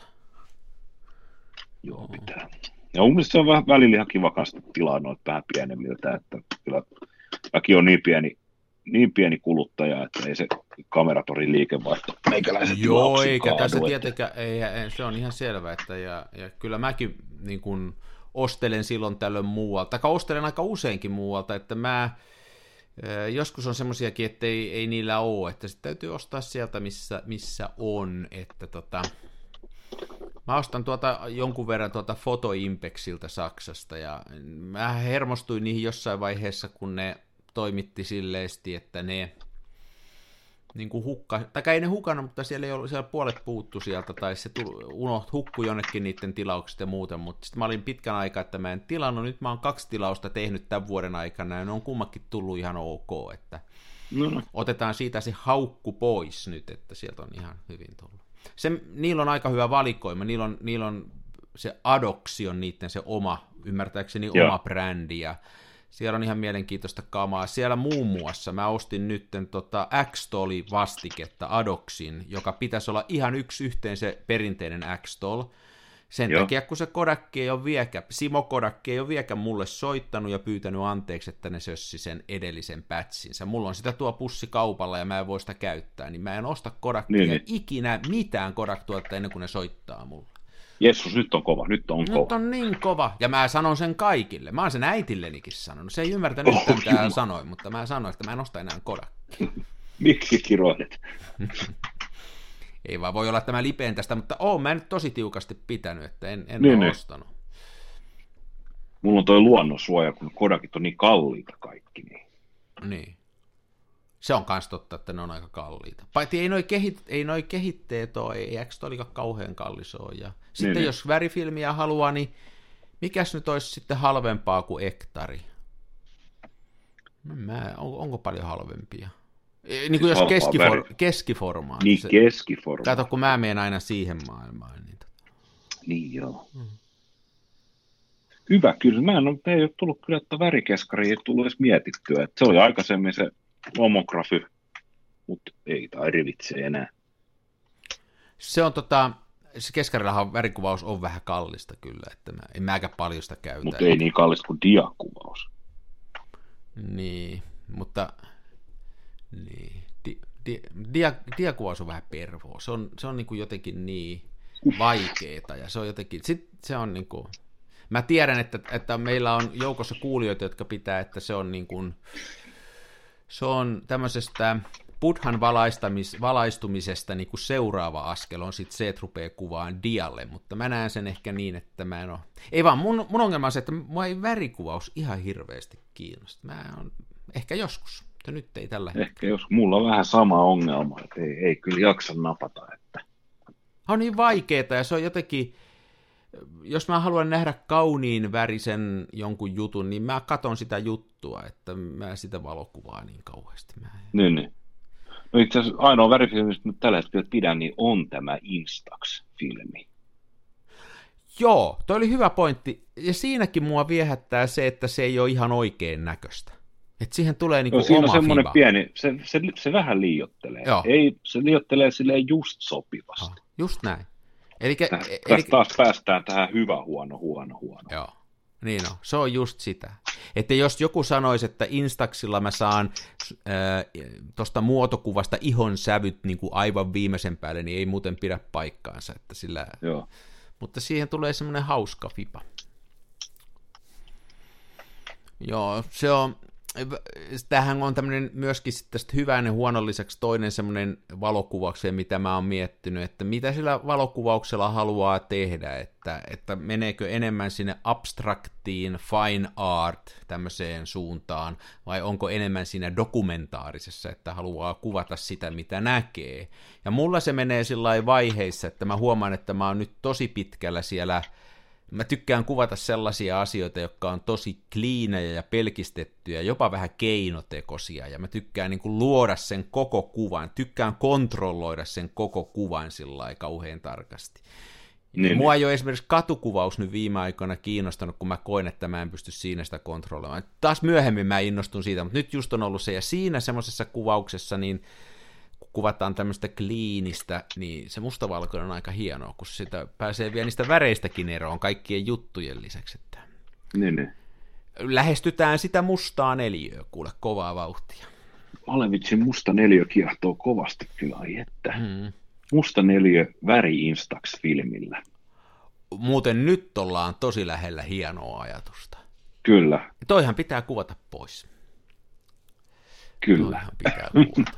Joo, pitää. Ja mun mielestä se on vähän välillä ihan kiva kanssa tilaa noita vähän pienemmiltä, että kyllä mäkin on niin pieni, niin pieni kuluttaja, että ei se kameratorin liikevaihto meikäläisen Joo, eikä kaadu, tässä että... tietenkään, ei, ei, se on ihan selvä, että ja, ja kyllä mäkin niin kun ostelen silloin tällöin muualta, tai ostelen aika useinkin muualta, että mä joskus on semmoisiakin, että ei, ei niillä ole, että sitten täytyy ostaa sieltä, missä, missä on, että tota, mä ostan tuota jonkun verran tuota Fotoimpexiltä Saksasta, ja mä hermostuin niihin jossain vaiheessa, kun ne toimitti silleesti, että ne niin kuin hukka, tai ei ne hukannut, mutta siellä, ei ollut, siellä puolet puuttu sieltä, tai se unoht, hukkui jonnekin niiden tilaukset ja muuten, mutta sitten mä olin pitkän aikaa, että mä en tilannut, nyt mä oon kaksi tilausta tehnyt tämän vuoden aikana, ja ne on kummakin tullut ihan ok, että no, no. Otetaan siitä se haukku pois nyt, että sieltä on ihan hyvin tullut. Se, niillä on aika hyvä valikoima, niillä on, niillä on se Adoxi on niiden se oma, ymmärtääkseni Joo. oma brändi, ja siellä on ihan mielenkiintoista kamaa. Siellä muun muassa mä ostin nytten tota X-Toli vastiketta Adoxin, joka pitäisi olla ihan yksi yhteen se perinteinen X-Tol. Sen Joo. takia, kun se Kodak ei ole vieläkään, Simo Kodak ei ole vieläkään mulle soittanut ja pyytänyt anteeksi, että ne sössi sen edellisen pätsinsä. Mulla on sitä tuo pussi kaupalla ja mä en voi sitä käyttää, niin mä en osta Kodakia niin, niin. ikinä mitään Kodak-tuotetta ennen kuin ne soittaa mulle. Jessus, nyt on kova, nyt on nyt kova. Nyt on niin kova, ja mä sanon sen kaikille. Mä oon sen äitillenikin sanonut. Se ei ymmärtänyt, oh, mitä tää sanoi, mutta mä sanoin, että mä en osta enää Kodakia. Miksi kiroilet? Ei vaan voi olla, että mä lipeen tästä, mutta oon mä nyt tosi tiukasti pitänyt, että en, en niin, ole niin. ostanut. Mulla on toi luonnonsuoja, kun Kodakit on niin kalliita kaikki. Niin. niin. Se on kans totta, että ne on aika kalliita. Paitsi ei noi, kehit, ei noi kehitteet ole, ei X-Tolikaan kauhean kallis ole. Ja sitten niin, jos niin. värifilmiä haluaa, niin mikäs nyt olisi sitten halvempaa kuin Ektari? Mä, on, onko paljon halvempia? Niin kuin siis jos keskifor, keskiformaatti. Niin, keskiformaatti. Kato, kun mä menen aina siihen maailmaan. Niin, niin joo. Hmm. Hyvä, kyllä. Mä en ole, ei ole tullut kyllä, että värikeskari ei tullut edes mietittyä. Että se oli aikaisemmin se homografy, mutta ei tai rivitse enää. Se on tota, se Keskarellahan värikuvaus on vähän kallista kyllä, että mä, en mäkään paljon sitä käytä. Mutta ei niin kallista kuin diakuvaus. Niin, mutta niin, di, di, dia, diakuvaus on vähän pervoa. Se on, se on niin kuin jotenkin niin vaikeeta ja se on jotenkin, sit se on niin kuin, mä tiedän, että, että meillä on joukossa kuulijoita, jotka pitää, että se on niin kuin, se on tämmöisestä Buddhan valaistamis, valaistumisesta niin kuin seuraava askel on sitten se, että rupeaa kuvaan dialle, mutta mä näen sen ehkä niin, että mä en ole... Ei vaan, mun, mun ongelma on se, että mua ei värikuvaus ihan hirveästi kiinnosta. Mä on ehkä joskus, mutta nyt ei tällä hetkellä. Ehkä jos mulla on vähän sama ongelma, että ei, ei kyllä jaksa napata. Että... On niin vaikeeta ja se on jotenkin... Jos mä haluan nähdä kauniin värisen jonkun jutun, niin mä katon sitä juttua, että mä sitä valokuvaa niin kauheasti. Mä... Niin, niin. No itse asiassa ainoa värifilmi, mistä nyt tällä hetkellä pidän, niin on tämä Instax-filmi. Joo, toi oli hyvä pointti. Ja siinäkin mua viehättää se, että se ei ole ihan oikein näköistä. Että siihen tulee niinku no, siinä oma on semmoinen fiba. pieni, se, se, se vähän liioittelee. Joo. Ei, se liioittelee silleen just sopivasti. Oh, just näin. Elikkä, Tästä elikkä... taas päästään tähän hyvä, huono, huono, huono. Joo, niin on. Se on just sitä. Että jos joku sanoisi, että Instaxilla mä saan tuosta muotokuvasta ihon sävyt niin kuin aivan viimeisen päälle, niin ei muuten pidä paikkaansa. Että sillä... Joo. Mutta siihen tulee semmoinen hauska fiba. Joo, se on... Tämähän on tämmöinen myöskin tästä hyvän ja huonon lisäksi toinen semmoinen valokuvaukseen, mitä mä oon miettinyt, että mitä sillä valokuvauksella haluaa tehdä, että, että meneekö enemmän sinne abstraktiin, fine art, tämmöiseen suuntaan, vai onko enemmän siinä dokumentaarisessa, että haluaa kuvata sitä, mitä näkee. Ja mulla se menee sillä vaiheissa, että mä huomaan, että mä oon nyt tosi pitkällä siellä. Mä tykkään kuvata sellaisia asioita, jotka on tosi kliinejä ja pelkistettyjä, jopa vähän keinotekoisia, ja mä tykkään niin kuin luoda sen koko kuvan, tykkään kontrolloida sen koko kuvan sillä lailla kauhean tarkasti. Niin, Mua ei ole esimerkiksi katukuvaus nyt viime aikoina kiinnostanut, kun mä koen, että mä en pysty siinä sitä kontrolloimaan. Taas myöhemmin mä innostun siitä, mutta nyt just on ollut se, ja siinä semmoisessa kuvauksessa, niin kuvataan tämmöistä kliinistä, niin se mustavalkoinen on aika hienoa, kun sitä pääsee vielä niistä väreistäkin eroon kaikkien juttujen lisäksi. Että niin, niin. Lähestytään sitä mustaa neliöä, kuule, kovaa vauhtia. Alevitsin musta neliö kiehtoo kovasti kyllä, ai että. Hmm. Musta neliö väri Instax-filmillä. Muuten nyt ollaan tosi lähellä hienoa ajatusta. Kyllä. Toihan pitää kuvata pois. Kyllä. Toihan pitää kuvata.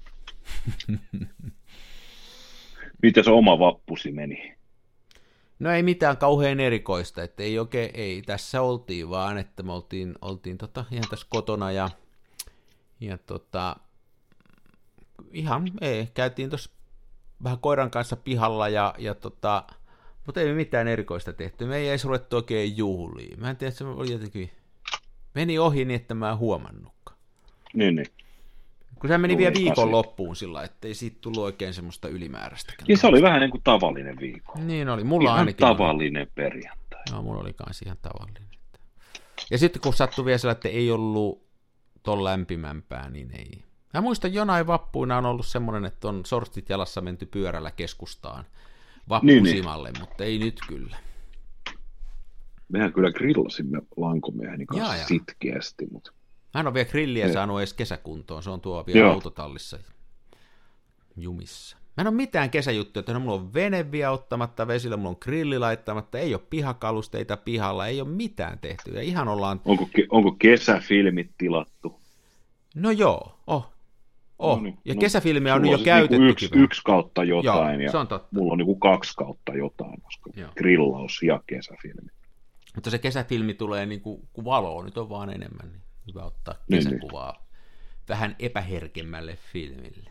Mitäs oma vappusi meni? No ei mitään kauhean erikoista, että ei oikein, ei, tässä oltiin vaan, että me oltiin, oltiin tota, ihan tässä kotona ja, ja tota, ihan, ei, käytiin tuossa vähän koiran kanssa pihalla ja, ja tota, mutta ei mitään erikoista tehty, me ei edes ruvettu oikein juhliin, mä en tiedä, että se oli jotenkin, meni ohi niin, että mä en huomannutkaan. Niin, niin. Kun se meni vielä viikon loppuun sillä, ettei siitä tullut oikein semmoista ylimääräistä. Ja se oli vähän niin kuin tavallinen viikko. Niin oli, mulla ihan ainakin tavallinen oli. Perjantai. Joo, mulla oli kans ihan tavallinen. Ja sitten kun sattui vielä sillä, että ei ollut ton lämpimämpää, niin ei. Mä muistan, jonain vappuina on ollut semmoinen, että on sortsit jalassa menty pyörällä keskustaan vappusimalle, niin, mutta ei nyt kyllä. Mehän kyllä grillasimme lankomieheni kanssa jaa, sitkeästi, mutta... Mä en ole vielä grilliä saanut edes kesäkuntoon, se on tuo vielä Joo. autotallissa jumissa. Mä en ole mitään kesäjuttuja, että mulla on vene vielä ottamatta vesillä, mulla on grilli laittamatta, ei ole pihakalusteita pihalla, ei ole mitään tehty. Ja ihan ollaan... Onko, onko kesäfilmit tilattu? No joo, oh. oh. No niin, ja no, kesäfilmiä on nyt jo käytetty. Niinku yksi, yksi kautta jotain, joo, ja se on totta. Mulla on niinku kaksi kautta jotain, koska joo. Grillaus ja kesäfilmi. Mutta se kesäfilmi tulee niin kuin, kun valoa nyt on vaan enemmän, niin hyvä ottaa kesäkuvaa niin, niin. vähän epäherkemmälle filmille.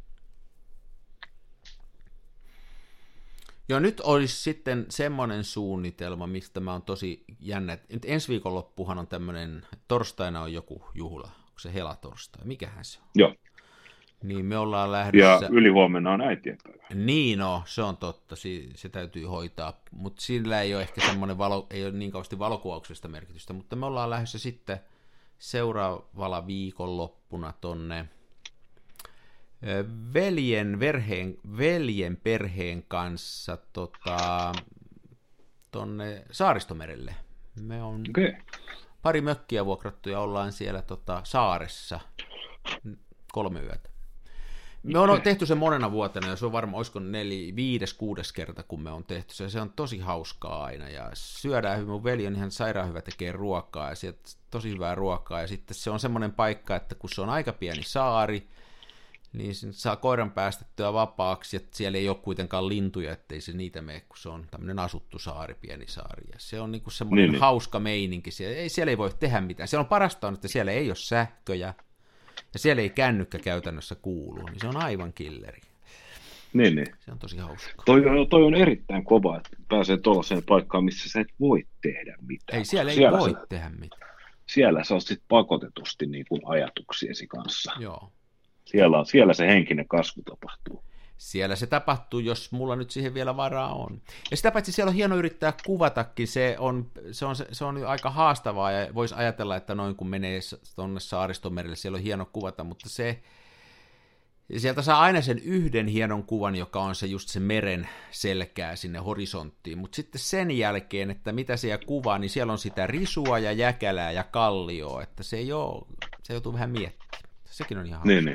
Joo, nyt olisi sitten semmoinen suunnitelma, mistä mä oon tosi jännä. Nyt ensi viikonloppuhan on tämmöinen, torstaina on joku juhla, onko se helatorstai, mikähän se on? Joo. Niin me ollaan lähdössä... Ja ylihuomenna on äitienpäivä. Niin no, se on totta, se täytyy hoitaa, mutta sillä ei ole ehkä semmoinen, valo, ei ole niin kauheasti valokuvauksesta merkitystä, mutta me ollaan lähdössä sitten seuraavalla viikonloppuna tonne veljen, verheen, veljen perheen kanssa tota, tonne Saaristomerelle. Me on okay. pari mökkiä vuokrattu ja ollaan siellä tota, saaressa kolme yötä. Me on okay. tehty se monena vuotena ja se on varmaan, olisiko neli, viides, kuudes kerta, kun me on tehty se. Se on tosi hauskaa aina ja syödään hyvin. Mun veli on ihan sairaan hyvä tekee ruokaa ja sieltä tosi hyvää ruokaa. Ja sitten se on semmoinen paikka, että kun se on aika pieni saari, niin saa koiran päästettyä vapaaksi ja siellä ei ole kuitenkaan lintuja, ettei se niitä mene, kun se on tämmöinen asuttu saari, pieni saari. Ja se on niinku semmoinen niin, hauska meininki. Siellä ei, siellä ei voi tehdä mitään. Siellä on parasta on, että siellä ei ole sähköjä. Ja siellä ei kännykkä käytännössä kuulu, niin se on aivan killeri. Niin, niin. Se on tosi hauskaa. Toi, toi on erittäin kova, että pääsee tuollaiseen paikkaan, missä sä et voi tehdä mitään. Ei, siellä ei siellä voi sä, tehdä mitään. Siellä sä oot sit pakotetusti niin kuin ajatuksiesi kanssa. Joo. Siellä, siellä se henkinen kasvu tapahtuu. Siellä se tapahtuu, jos mulla nyt siihen vielä varaa on. Ja sitä paitsi siellä on hieno yrittää kuvatakin, se on, se on, se on aika haastavaa, ja voisi ajatella, että noin kun menee tuonne Saaristomerelle, siellä on hieno kuvata, mutta se, sieltä saa aina sen yhden hienon kuvan, joka on se just se meren selkää sinne horisonttiin, mutta sitten sen jälkeen, että mitä siellä kuvaa, niin siellä on sitä risua ja jäkälää ja kallioa, että se ei ole, se joutuu vähän miettimään. Sekin on ihan niin, niin.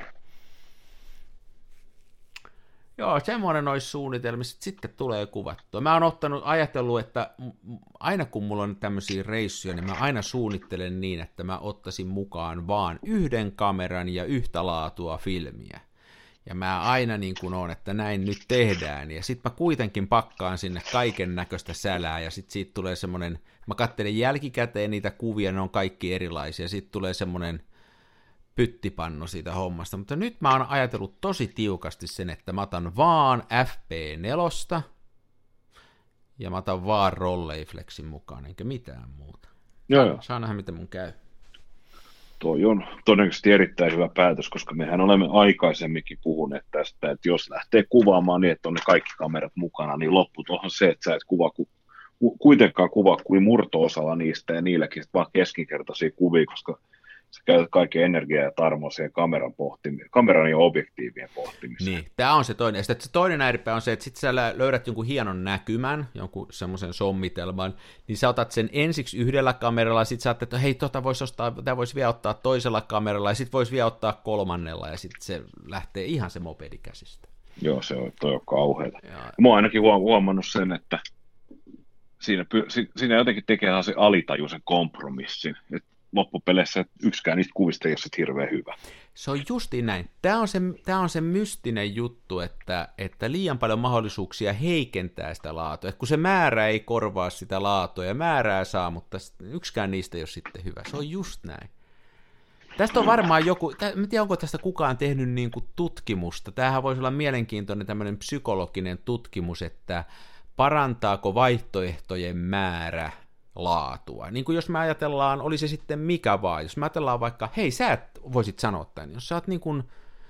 Joo, semmoinen olisi suunnitelmissa, sitten tulee kuvattua. Mä oon ottanut, ajatellut, että aina kun mulla on tämmöisiä reissuja, niin mä aina suunnittelen niin, että mä ottaisin mukaan vaan yhden kameran ja yhtä laatua filmiä. Ja mä aina niin kuin on, että näin nyt tehdään. Ja sitten mä kuitenkin pakkaan sinne kaiken näköistä sälää, ja sitten siitä tulee semmoinen, mä katselen jälkikäteen niitä kuvia, ne on kaikki erilaisia, sitten tulee semmoinen pyttipannu siitä hommasta, mutta nyt mä oon ajatellut tosi tiukasti sen, että mä otan vaan F P neljä ja mä otan vaan Rolleiflexin mukaan, enkä mitään muuta. Joo, joo. Saa nähdä, miten mun käy. Toi on todennäköisesti erittäin hyvä päätös, koska mehän olemme aikaisemminkin puhuneet tästä, että jos lähtee kuvaamaan niin, että on ne kaikki kamerat mukana, niin lopputulohan se, että sä et kuvaa ku, kuitenkaan kuvaa kuin murto-osalla niistä ja niilläkin vaan keskinkertaisia kuvia, koska sä käytät kaiken energiaa ja tarmoa siihen kameran pohtimiseen, kameran ja objektiivien pohtimiseen. Niin, tämä on se toinen. Ja sitten se toinen ääripää on se, että sitten sä löydät jonkun hienon näkymän, jonkun semmoisen sommitelman, niin sä otat sen ensiksi yhdellä kameralla, ja sitten sä ajattelet, että hei, tota voisi ostaa, tämä voisi vielä ottaa toisella kameralla, ja sitten voisi vielä ottaa kolmannella, ja sitten se lähtee ihan se mopedi käsistä. Joo, se on, toi on kauheata. Ja... Mä oon ainakin huomannut sen, että siinä, siinä jotenkin tekee se alitajuisen kompromissin, että loppupeleissä yksikään niistä kuvista ei ole sit hirveän hyvä. Se on justiin näin. Tämä on se, tämä on se mystinen juttu, että, että liian paljon mahdollisuuksia heikentää sitä laatua. Et kun se määrä ei korvaa sitä laatua ja määrää saa, mutta yksikään niistä ei ole sitten hyvä. Se on just näin. Tästä on varmaan joku, en tiedä onko tästä kukaan tehnyt niin kuin tutkimusta. Tämähän voisi olla mielenkiintoinen tämmöinen psykologinen tutkimus, että parantaako vaihtoehtojen määrä laatua. Niin kuin jos me ajatellaan, oli se sitten mikä vaan, jos me ajatellaan vaikka, hei sä et voisit sanoa tämän, jos sä oot niin kuin,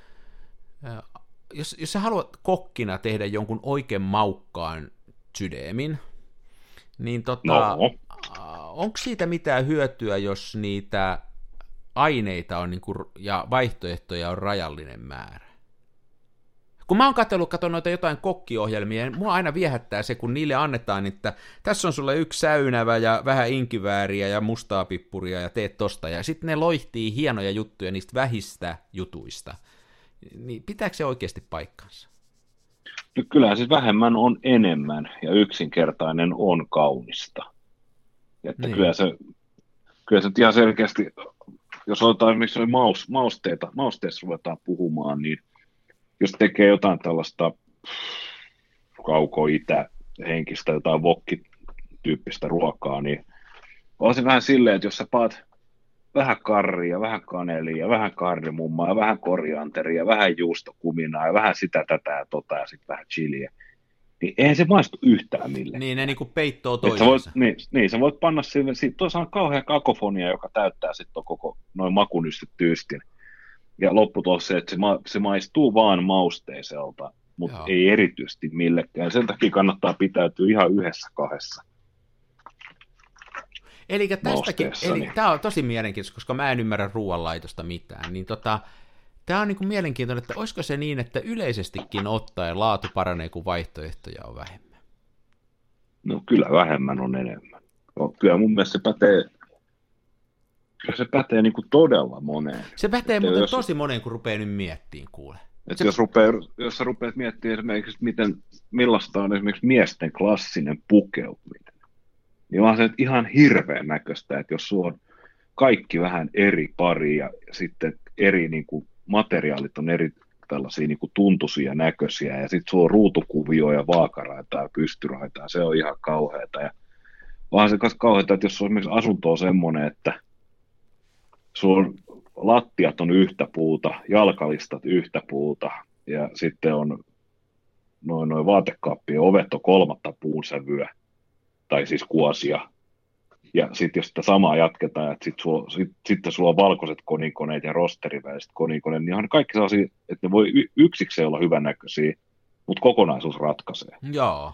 jos, jos sä haluat kokkina tehdä jonkun oikein maukkaan sydämin, niin tota, no. onko siitä mitään hyötyä, jos niitä aineita on niin kuin, ja vaihtoehtoja on rajallinen määrä? Kun mä oon katsellut, katon noita jotain kokkiohjelmia, niin mua aina viehättää se, kun niille annetaan, että tässä on sulle yksi säynävä ja vähän inkivääriä ja mustaa pippuria ja teet tosta, ja sitten ne loihtii hienoja juttuja niistä vähistä jutuista. Niin pitääkö se oikeasti paikkansa? No kyllähän siis vähemmän on enemmän, ja yksinkertainen on kaunista. Että niin. kyllä, se, kyllä se ihan selkeästi, jos otetaan miksi oli maus, mausteita, mausteista ruvetaan puhumaan, niin jos tekee jotain tällaista kauko-itä-henkistä, jotain wok-tyyppistä ruokaa, niin on se vähän silleen, että jos sä paat vähän karria, vähän kanelia, vähän kardemummaa, ja vähän korianteria, vähän juustokuminaa, ja vähän sitä, tätä ja tota, ja sitten vähän chiliä, niin eihän se maistu yhtään millekään. Niin, ne niinku peittoo toisensa. Niin, niin, sä voit panna sille, tuossa on kauhea kakofonia, joka täyttää sitten koko noin makunystettyystin. Ja lopputulos se, että se, ma- se maistuu vaan mausteiselta, mutta Joo. ei erityisesti millekään. Sen takia kannattaa pitäytyä ihan yhdessä kahdessa. Eli tästäkin, eli tämä on tosi mielenkiintoista, koska mä en ymmärrä ruoanlaitosta mitään. Niin tota, tämä on niin kuin mielenkiintoinen, että olisiko se niin, että yleisestikin ottaen laatu paranee, kun vaihtoehtoja on vähemmän? No kyllä vähemmän on enemmän. No, kyllä mun mielestä se pätee, kyllä se pätee niin kuin todella moneen. Se pätee että muuten jos, tosi moneen, kun rupeaa nyt miettimään, kuule. Että Se... jos, rupeaa, jos sä rupeat miettimään esimerkiksi, miten, millaista on esimerkiksi miesten klassinen pukeutuminen, niin on se ihan hirveän näköistä, että jos sulla on kaikki vähän eri pari ja sitten eri niin kuin, materiaalit on eri tällaisia niin kuin tuntuisia näköisiä, ja sitten sulla on ruutukuvioja ja vaakaraita ja pystyraita, ja se on ihan kauheata. Ja vaan se kanssa kauheata, että jos on esimerkiksi asunto on semmoinen, että sulla on lattiat on yhtä puuta, jalkalistat yhtä puuta, ja sitten on noin noin vaatekaappien ovet on kolmatta puunsävyä, tai siis kuosia. Ja sitten jos sitä samaa jatketaan, että sitten sulla, sit, sitten sulla on valkoiset konikoneet ja rosteriväiset konikoneet, niin on kaikki sellaisia, että ne voi y- yksikseen olla hyvännäköisiä, mutta kokonaisuus ratkaisee. Joo.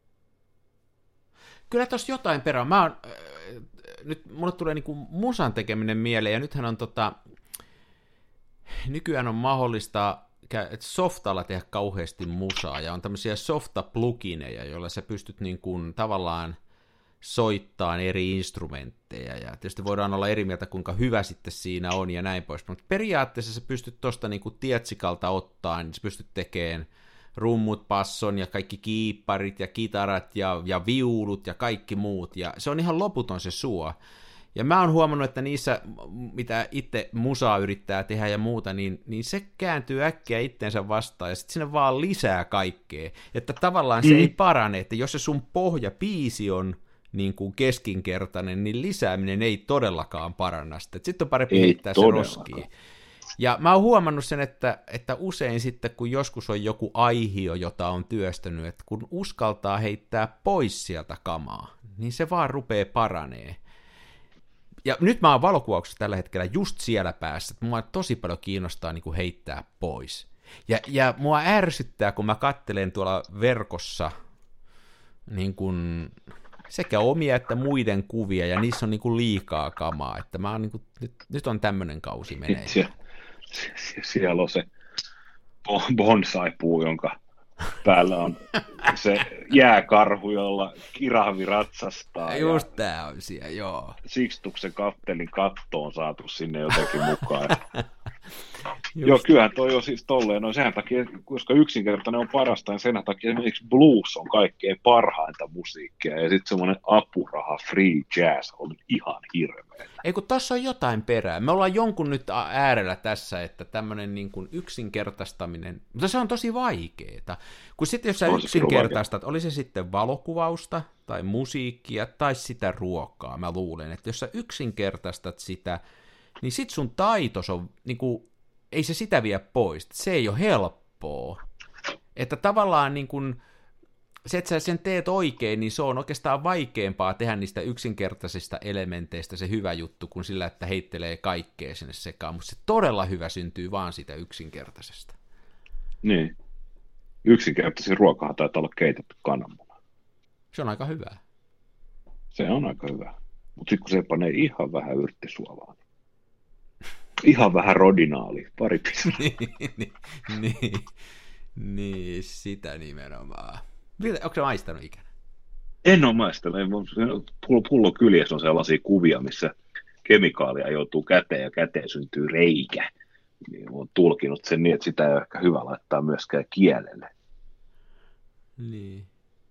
Kyllä tuossa jotain perää. Mä oon, äh, nyt mulle tulee niinku musan tekeminen mieleen, ja nythän on tota, nykyään on mahdollista että softalla tehdä kauheasti musaa, ja on tämmöisiä softa-plugineja, joilla sä pystyt niin kuin tavallaan soittaa eri instrumentteja, ja tietysti voidaan olla eri mieltä, kuinka hyvä sitten siinä on, ja näin pois, mutta periaatteessa sä pystyt tuosta niin kuin tietsikalta ottaa, niin sä pystyt tekemään rummut, passon, ja kaikki kiipparit, ja kitarat, ja, ja viulut, ja kaikki muut, ja se on ihan loputon se suo. Ja mä oon huomannut, että niissä, mitä itse musaa yrittää tehdä ja muuta, niin, niin se kääntyy äkkiä itteensä vastaan, ja sitten sinne vaan lisää kaikkea. Että tavallaan se mm. ei parane, että jos se sun pohjabiisi on niin kuin keskinkertainen, niin lisääminen ei todellakaan paranna sitä. Sitten on parempi ei heittää se roskiin. Ja mä oon huomannut sen, että, että usein sitten, kun joskus on joku aihio, jota on työstänyt, että kun uskaltaa heittää pois sieltä kamaa, niin se vaan rupeaa paranee. Ja nyt mä oon valokuvauksessa tällä hetkellä just siellä päässä, että mua tosi paljon kiinnostaa niin kuin heittää pois. Ja, ja mua ärsyttää, kun mä katselen tuolla verkossa niin kuin sekä omia että muiden kuvia, ja niissä on niin kuin liikaa kamaa, että mä oon niin kuin, nyt, nyt on tämmöinen kausi menee. Sie- sie- siellä on se bonsai-puu, jonka päällä on se jääkarhu, jolla kirahvi ratsastaa. Just tää on siellä, joo. Sikstuksen kaptelin katto on saatu sinne jotenkin mukaan. Joo, kyllähän toi on siis tolleen, no sen takia, koska yksinkertainen on parasta, niin sen takia esimerkiksi blues on kaikkein parhainta musiikkia, ja sitten semmoinen apuraha, free jazz on ihan hirveä. Ei kun tossa on jotain perää. Me ollaan jonkun nyt äärellä tässä, että tämmöinen niin kuin yksinkertaistaminen, mutta se on tosi vaikeeta. Kun sitten jos sä on yksinkertaistat, oli se sitten valokuvausta tai musiikkia tai sitä ruokaa, mä luulen, että jos sä yksinkertaistat sitä, niin sit sun taitos on, niin kuin, ei se sitä vie pois, se ei ole helppoa. Että tavallaan niin kuin, se, että sä sen teet oikein, niin se on oikeastaan vaikeampaa tehdä niistä yksinkertaisista elementeistä se hyvä juttu, kuin sillä, että heittelee kaikkea sinne sekaan, mutta se todella hyvä syntyy vaan siitä yksinkertaisesta. Niin. Yksinkertaisin ruokahan taitaa olla keitetty kananmuna. Se on aika hyvä. Se on aika hyvä. Mutta sitten kun se panee ihan vähän yrttisuolaa, niin ihan vähän rodinaalia, pari pisara. niin, niin, niin, sitä nimenomaan. Onko se maistanut ikänä? En ole maistanut. Pullo, pullo kyljessä on sellaisia kuvia, missä kemikaalia joutuu käteen ja käteen syntyy reikä. Niin olen tulkinut sen niin, että sitä ei ole ehkä hyvä laittaa myöskään kielelle. Niin.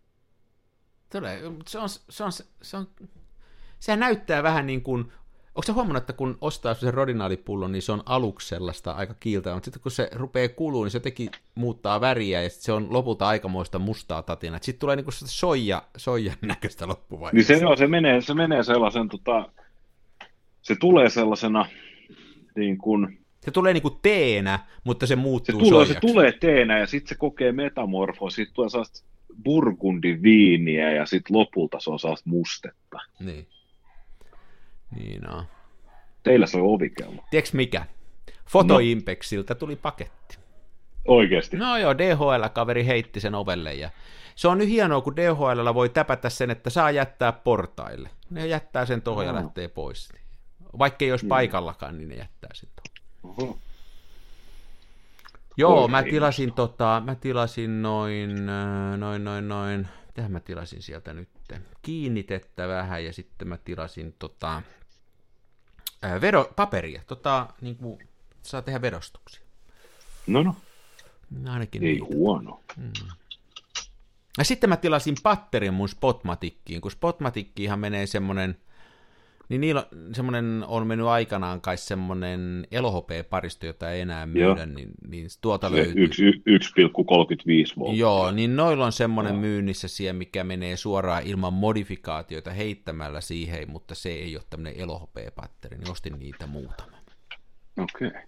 Tulee, se on, se on, se on, sehän näyttää vähän niin kuin, onko se huomannut, että kun ostaa sen rodinaalipullon, niin se on aluksi sellaista aika kiiltävää, mutta sitten kun se rupeaa kuluun, niin se teki muuttaa väriä, ja sitten se on lopulta aikamoista mustaa tatina. Sitten tulee niin kuin soija, soijan näköistä loppuvaiheessa. Niin se, se, menee, se menee sellaisen, tota, se tulee sellaisena niin kuin... Se tulee niin kuin teenä, mutta se muuttuu se tulee, soijaksi. Se tulee teenä, ja sitten se kokee metamorfoa, sitten tulee sellaista burgundiviiniä, ja sitten lopulta se on sellaista mustetta. Niin. Niin no. Teillä se on ovikello. Tiedätkö mikä? Fotoimpexiltä tuli paketti. Oikeasti? No joo, D H L-kaveri heitti sen ovelle, ja se on nyt hienoa, kun D H L:llä voi täpätä sen, että saa jättää portaille. Ne jättää sen tuohon no. ja lähtee pois. Vaikka ei olisi no. paikallakaan, niin ne jättää sen tuohon. Oho. Joo, mä tilasin, tota, mä tilasin noin, noin, noin, noin, mitähän mä tilasin sieltä nyt? Kiinnitettä vähän ja sitten mä tilasin tota, ää, vero, paperia, tota, niin kuin saa tehdä vedostuksia. No no, ainakin ei niitä. huono. Mm. Ja sitten mä tilasin patterin mun Spotmatickiin, kun Spotmatickiinhan menee semmonen, niin niillä on, semmonen on mennyt aikanaan kai semmonen elohopea-paristo, jota ei enää myydä, niin, niin tuolta löytyy. yksi pilkku kolmekymmentäviisi volttia. Joo, niin noilla on semmonen no. myynnissä siellä, mikä menee suoraan ilman modifikaatioita heittämällä siihen, mutta se ei ole tämmönen elohopea-patteri, niin ostin niitä muutama. Okei. Okay.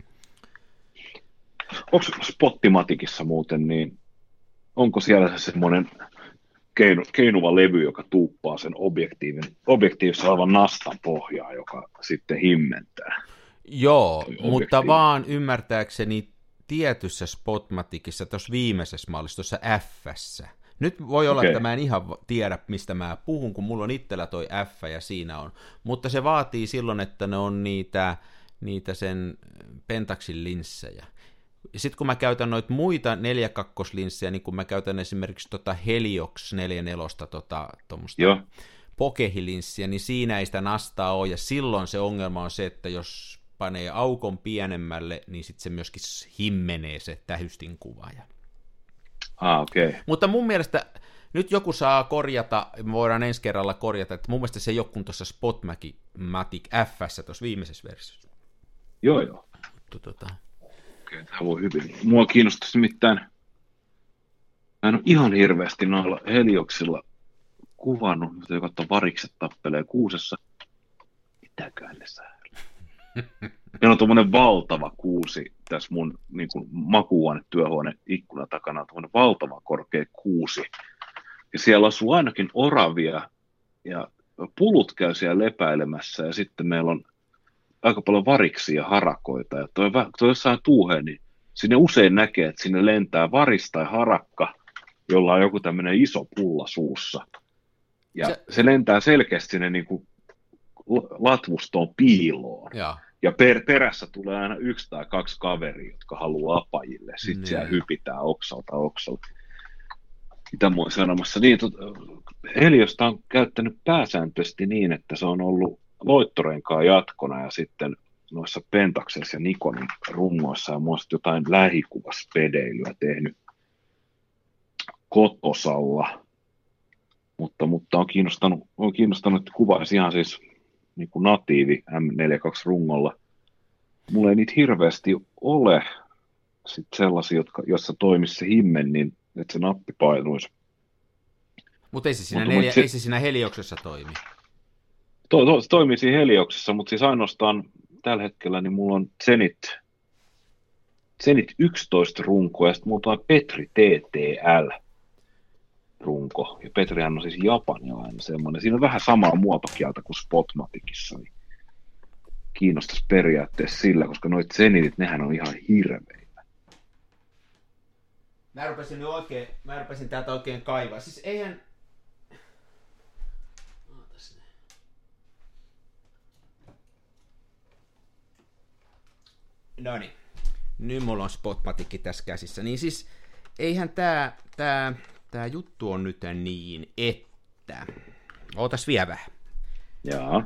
Onko Spotmaticissa muuten, niin onko siellä se semmoinen keinu, keinuva levy, joka tuuppaa sen objektiivin, objektiivissa olevan nastan pohjaa, joka sitten himmentää? Joo, mutta vaan ymmärtääkseni tietyssä Spotmaticissa, tuossa viimeisessä mallissa, tuossa F:ssä. Nyt voi olla, okay. että mä en ihan tiedä, mistä mä puhun, kun mulla on itsellä toi F ja siinä on. Mutta se vaatii silloin, että ne on niitä, niitä sen Pentaxin linssejä. Sitten kun mä käytän noita muita neljä kaksi linssejä, niin kun mä käytän esimerkiksi tota Heliox neljäkymmentäneljä, tota, tuommoista pokehilinssiä, niin siinä ei sitä nastaa ole, ja silloin se ongelma on se, että jos panee aukon pienemmälle, niin sitten se myöskin himmenee se tähystin kuva. Ah, okei. Okay. Mutta mun mielestä nyt joku saa korjata, me voidaan ensi kerralla korjata, että mun mielestä se ei ole kuin tuossa Spotmatic F:ssä tuossa viimeisessä versiossa. Joo, joo. Mutta, tota... Tämä voi hyvin. Mua kiinnostaisi nimittäin, mä en ole ihan hirveästi noilla Helioksilla kuvannut, mutta joka varikset tappelee kuusessa. Mitäköhän ne säällä? Meillä on tuommoinen valtava kuusi tässä mun niin kuin makuuhuone, työhuone ikkunan takana, on tuommoinen valtava korkea kuusi. Ja siellä asuu ainakin oravia ja pulut käy siellä lepäilemässä ja sitten meillä on aika paljon variksia ja harakoita, ja toi, toi jossain tuuheen, niin sinne usein näkee, että sinne lentää varis tai harakka, jolla on joku tämmöinen iso pulla suussa. Ja se, se lentää selkeästi sinne niin kuin latvustoon piiloon. Ja, ja per, perässä tulee aina yksi tai kaksi kaveria, jotka haluaa apajille. Sitten niin. Siellä hypitään oksalta oksalta. Mitä mä oon sanomassa? Niin, tot, Heliosta on käyttänyt pääsääntöisesti niin, että se on ollut loittorenkaan jatkona ja sitten noissa Pentaxissa ja Nikonin rungoissa ja muista jotain lähikuvaspedeilyä tehnyt kotosalla, mutta, mutta on kiinnostanut, on kiinnostanut että kuvaisi ihan siis niin kuin natiivi M neljäkymmentäkaksi rungolla. Mulla ei niitä hirveästi ole sit sellaisia, jotka, jossa toimisi se himmen, niin että se nappi painuisi. Mutta ei se siinä, Mut, neljä, se, ei se siinä Helioksessa toimi. To, to, se toimii siinä Helioksessa, mutta siis ainoastaan tällä hetkellä niin mulla on Zenit, Zenit yksitoista runko ja sitten mulla on Petri T T L-runko. Ja Petrihän on siis japanilainen semmoinen. Siinä on vähän samaa muotokieltä kuin Spotmaticissa. Niin kiinnostaisi periaatteessa sillä, koska noit Zenitit, nehän on ihan hirveitä. Mä rupesin nyt oikein, mä rupesin täältä oikein kaivaa. Siis eihän... No niin, nyt mulla on Spotmatic tässä käsissä. Niin siis, eihän tää, tää, tää juttu on nyt niin, että... Ootas vielä vähän. Jaa.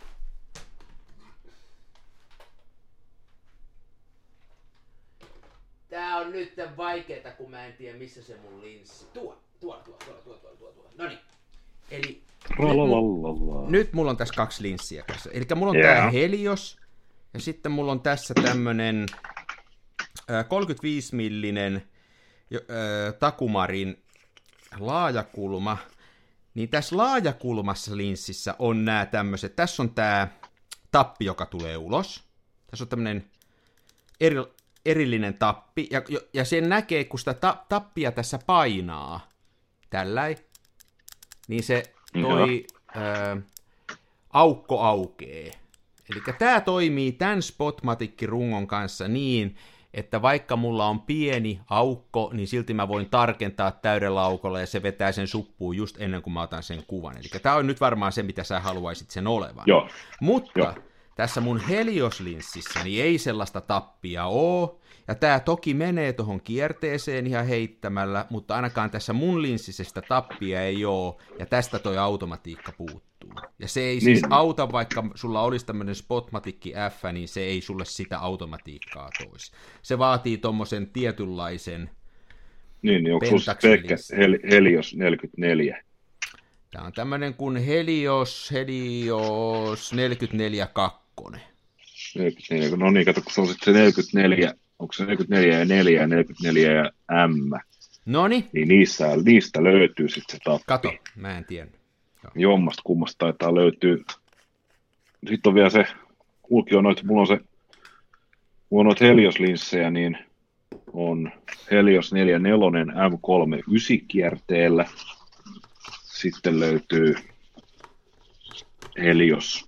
Tää on nyt vaikeeta, kun mä en tiedä, missä se mun linssi... Tuo, tuo, tuo, tuo, tuo, tuo, tuo, tuo. No niin. Eli... Nyt, nyt mulla on tässä kaksi linssiä kanssa. Eli mulla on yeah. tää Helios... Ja sitten mulla on tässä tämmönen kolmekymmentäviisi millinen Takumarin laajakulma. Niin tässä laajakulmassa linssissä on nämä tämmöiset. Tässä on tämä tappi, joka tulee ulos. Tässä on tämmöinen eri, erillinen tappi. Ja, ja sen näkee, kun sitä ta, tappia tässä painaa, tälläin, niin se toi ää, aukko aukee. Eli tämä toimii tämän Spotmatic-rungon kanssa niin, että vaikka mulla on pieni aukko, niin silti mä voin tarkentaa täydellä aukolla ja se vetää sen suppuun just ennen kuin mä otan sen kuvan. Eli tämä on nyt varmaan se, mitä sä haluaisit sen olevan. Joo. Mutta Joo. tässä mun Helios-linssissä niin ei sellaista tappia ole. Ja tämä toki menee tuohon kierteeseen ihan heittämällä, mutta ainakaan tässä mun linssisestä tappia ei ole, ja tästä toi automatiikka puuttuu. Ja se ei siis Niin. auta, vaikka sulla olisi tämmöinen Spotmatic F, niin se ei sulle sitä automatiikkaa toisi. Se vaatii tommosen tietynlaisen Niin, niin onko sulla Pentaxin pelkkä linssi. Hel- Helios neljäkymmentäneljä? Tämä on tämmöinen kuin Helios, Helios neljäkymmentäneljä kaksi. neljäkymmentäneljä, no niin, kato, kun se on sitten se neljäkymmentäneljä, onko se neljäkymmentäneljä ja neljä ja neljäkymmentäneljä ja M, Noniin, niin niissä, niistä löytyy sitten se tappi. kato, mä en tiedä. Jommasta kummasta taitaa löytyy. Sitten on vielä se, mulki on noita, mulla on se, mulla on noita Helios-linssejä, niin on Helios neljäkymmentäneljä M kolme yhdeksän kierteellä. Sitten löytyy Helios,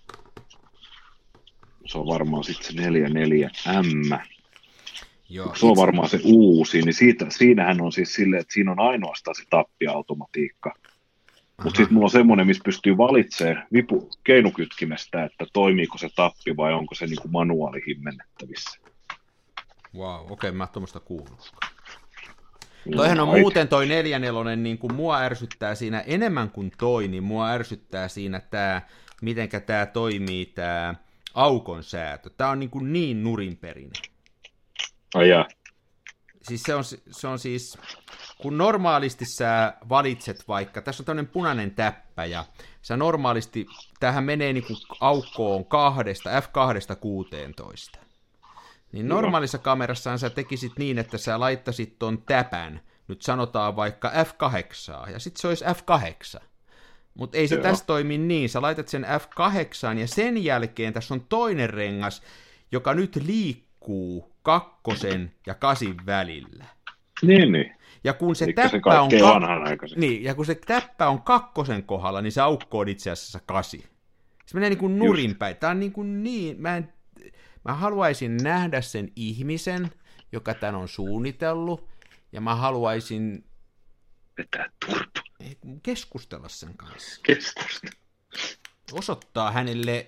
se on varmaan sitten se neljäkymmentäneljä M. Joo, Se on itse- varmaan se uusi, niin siitä, siinähän on siis silleen, että siinä on ainoastaan se tappiautomatiikka. Mutta sitten mulla on semmoinen, missä pystyy valitsemaan vipu keinukytkimestä, että toimiiko se tappi vai onko se niinku manuaalihimmennettävissä. Wow, okei, okay, mä oon tuommoista kuullut. Niin Toihan on aika- muuten toi neljänelonen, niin kuin mua ärsyttää siinä enemmän kuin toi, niin mua ärsyttää siinä tää, mitenkä tää toimii tää aukon säätö. Tää on niin, kuin niin nurinperinen. Ai jaa. Siis se on, se on siis, kun normaalisti sä valitset vaikka, tässä on tämmöinen punainen täppä, ja sä normaalisti, tämähän menee niin kuin aukkoon kahdesta, F kahdesta kuuteentoista. Niin normaalissa kamerassaan sä tekisit niin, että sä laittasit ton täpän, nyt sanotaan vaikka F kahdeksan, ja sitten se olisi F kahdeksan. Mutta ei se Joo. tässä toimi niin, sä laitat sen F kahdeksan, ja sen jälkeen tässä on toinen rengas, joka nyt liikkuu kakkosen ja kasin välillä. Niin, niin. Ja kun se Elikkä se täppä on, kaikkein ka- vanhanaikaisin. niin, ja kun se täppä on kakkosen kohdalla, niin se aukko on itse asiassa kasi. Se menee niin kuin nurinpäin. Tämä on niin kuin niin, mä, en, mä haluaisin nähdä sen ihmisen, joka tämän on suunnitellut, ja mä haluaisin Vetää turpa. keskustella sen kanssa. Keskusta. Osoittaa hänelle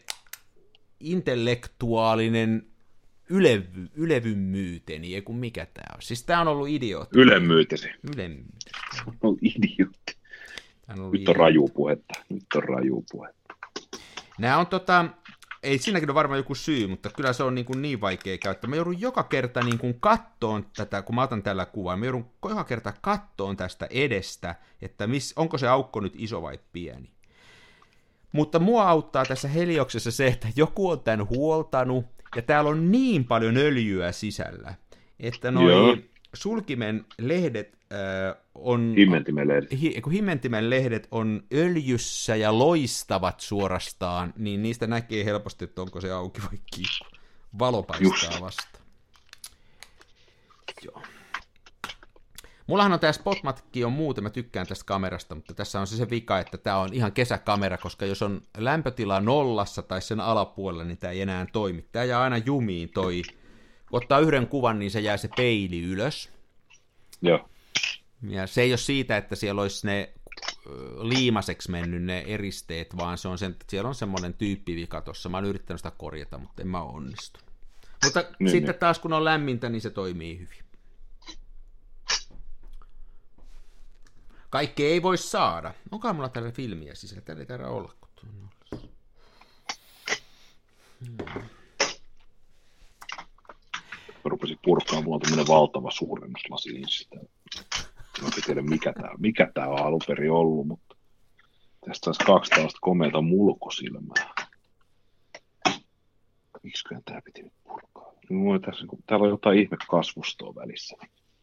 intellektuaalinen ylevy, ylevymyyteni, ei kun mikä tämä on. Siis tämä on ollut idiootti. Ylemmyytesi. Ylemmyyteni. On idiootti. Tämä on ollut Nyt on raju puhetta. Nyt on raju puhetta. Nämä on tota, ei siinäkin ole varmaan joku syy, mutta kyllä se on niin, kuin niin vaikea käyttää. Mä joudun joka kerta niin kuin kattoon tätä, kun mä otan tällä kuvan, mä joudun joka kerta kattoon tästä edestä, että miss, onko se aukko nyt iso vai pieni. Mutta mua auttaa tässä Helioksessa se, että joku on tämän huoltanut, ja täällä on niin paljon öljyä sisällä, että Joo. noi sulkimen lehdet äh, on... Himmentimen lehdet. Hi, kun himmentimen lehdet on öljyssä ja loistavat suorastaan, niin niistä näkee helposti, että onko se auki vai kiinni. Valo paistaa Just. vasta. Joo. Mullahan on tämä Spotmatic on muuten, mä tykkään tästä kamerasta, mutta tässä on se se vika, että tämä on ihan kesäkamera, koska jos on lämpötila nollassa tai sen alapuolella, niin tämä ei enää toimi. Tämä jää aina jumiin toi. Kun ottaa yhden kuvan, niin se jää se peili ylös. Joo. Ja se ei ole siitä, että siellä olisi ne ö, liimaseksi mennyt ne eristeet, vaan se on sen, että siellä on semmoinen tyyppivika tuossa. Mä oon yrittänyt sitä korjata, mutta en mä onnistu. Mutta Niin, sitten niin. taas kun on lämmintä, niin se toimii hyvin. Kaikkea ei voi saada. Onkohan mulla täällä filmiä sisällä? Täällä ei taida olla. Kun tuo on nollassa. Hmm. Mä rupesin purkaa, mulla on tämmönen valtava suurennuslasi linssi. Mä en tiedä, mikä tää, mikä tää on alun perin ollut, mutta tästä olisi kaksi tällaista komeata mulkosilmää. Miksiköhän tää piti nyt purkaa? Mulla tässä, kun täällä on jotain ihme kasvustoa välissä.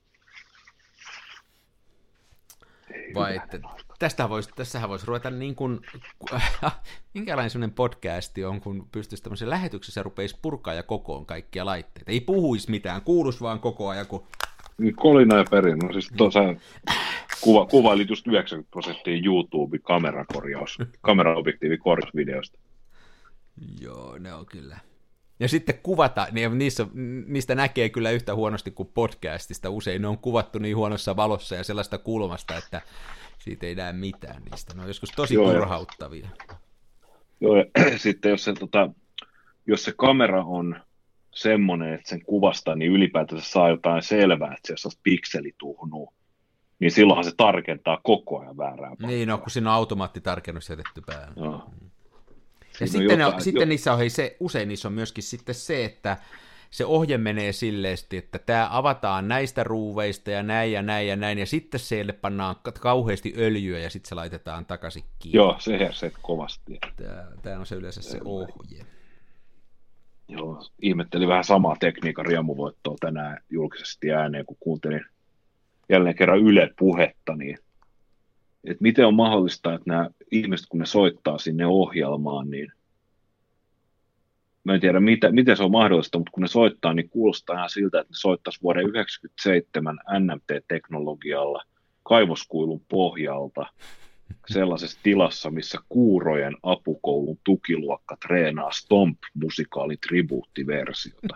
Ei Vai hyvä, että no. tästä vois, tässähän voisi ruveta niin kuin, minkälainen sellainen podcasti on, kun pystyisi tämmöisen lähetyksessä ja rupeisi purkaa ja kokoon kaikkia laitteita. Ei puhuisi mitään, kuuluisi vaan koko ajan, kun... Niin kolina ja perin. No siis tuossa kuva, kuvailit just yhdeksänkymmentä prosenttia YouTube-kamerakorjaus, kameraobjektiivikorjausvideosta. Joo, ne on kyllä. Ja sitten kuvata, niin niissä, niistä näkee kyllä yhtä huonosti kuin podcastista. Usein ne on kuvattu niin huonossa valossa ja sellaista kulmasta, että siitä ei näe mitään niistä. Ne on joskus tosi Joo, turhauttavia. Joo, ja sitten jos se, tota, jos se kamera on semmoinen, että sen kuvasta niin ylipäätänsä saa jotain selvää, että se on pikselituhnua, niin silloinhan se tarkentaa koko ajan väärää paikkaa. Niin, no, kun siinä on automaattitarkennus jätetty päälle. No. Ja sitten, jotain, on, sitten jo... niissä on, hei, se, usein niissä on myöskin sitten se, että se ohje menee silleesti, että tämä avataan näistä ruuveista ja näin ja näin ja näin, ja sitten siellä pannaan kauheasti öljyä ja sitten se laitetaan takaisin kiinni. Joo, se herseet kovasti. Tämä, tämä on se yleensä se ohje. Joo, ihmettelin vähän samaa tekniikan riemuvoittoa tänään julkisesti ääneen, kun kuuntelin jälleen kerran Yle-puhetta, niin että miten on mahdollista, että nämä ihmiset, kun ne soittaa sinne ohjelmaan, niin mä en tiedä, mitä, miten se on mahdollista, mutta kun ne soittaa, niin kuulostaa ihan siltä, että ne soittaisi vuoden yhdeksänkymmentäseitsemän N M T-teknologialla kaivoskuilun pohjalta sellaisessa tilassa, missä Kuurojen apukoulun tukiluokka treenaa Stomp-musikaalin tribuuttiversiota.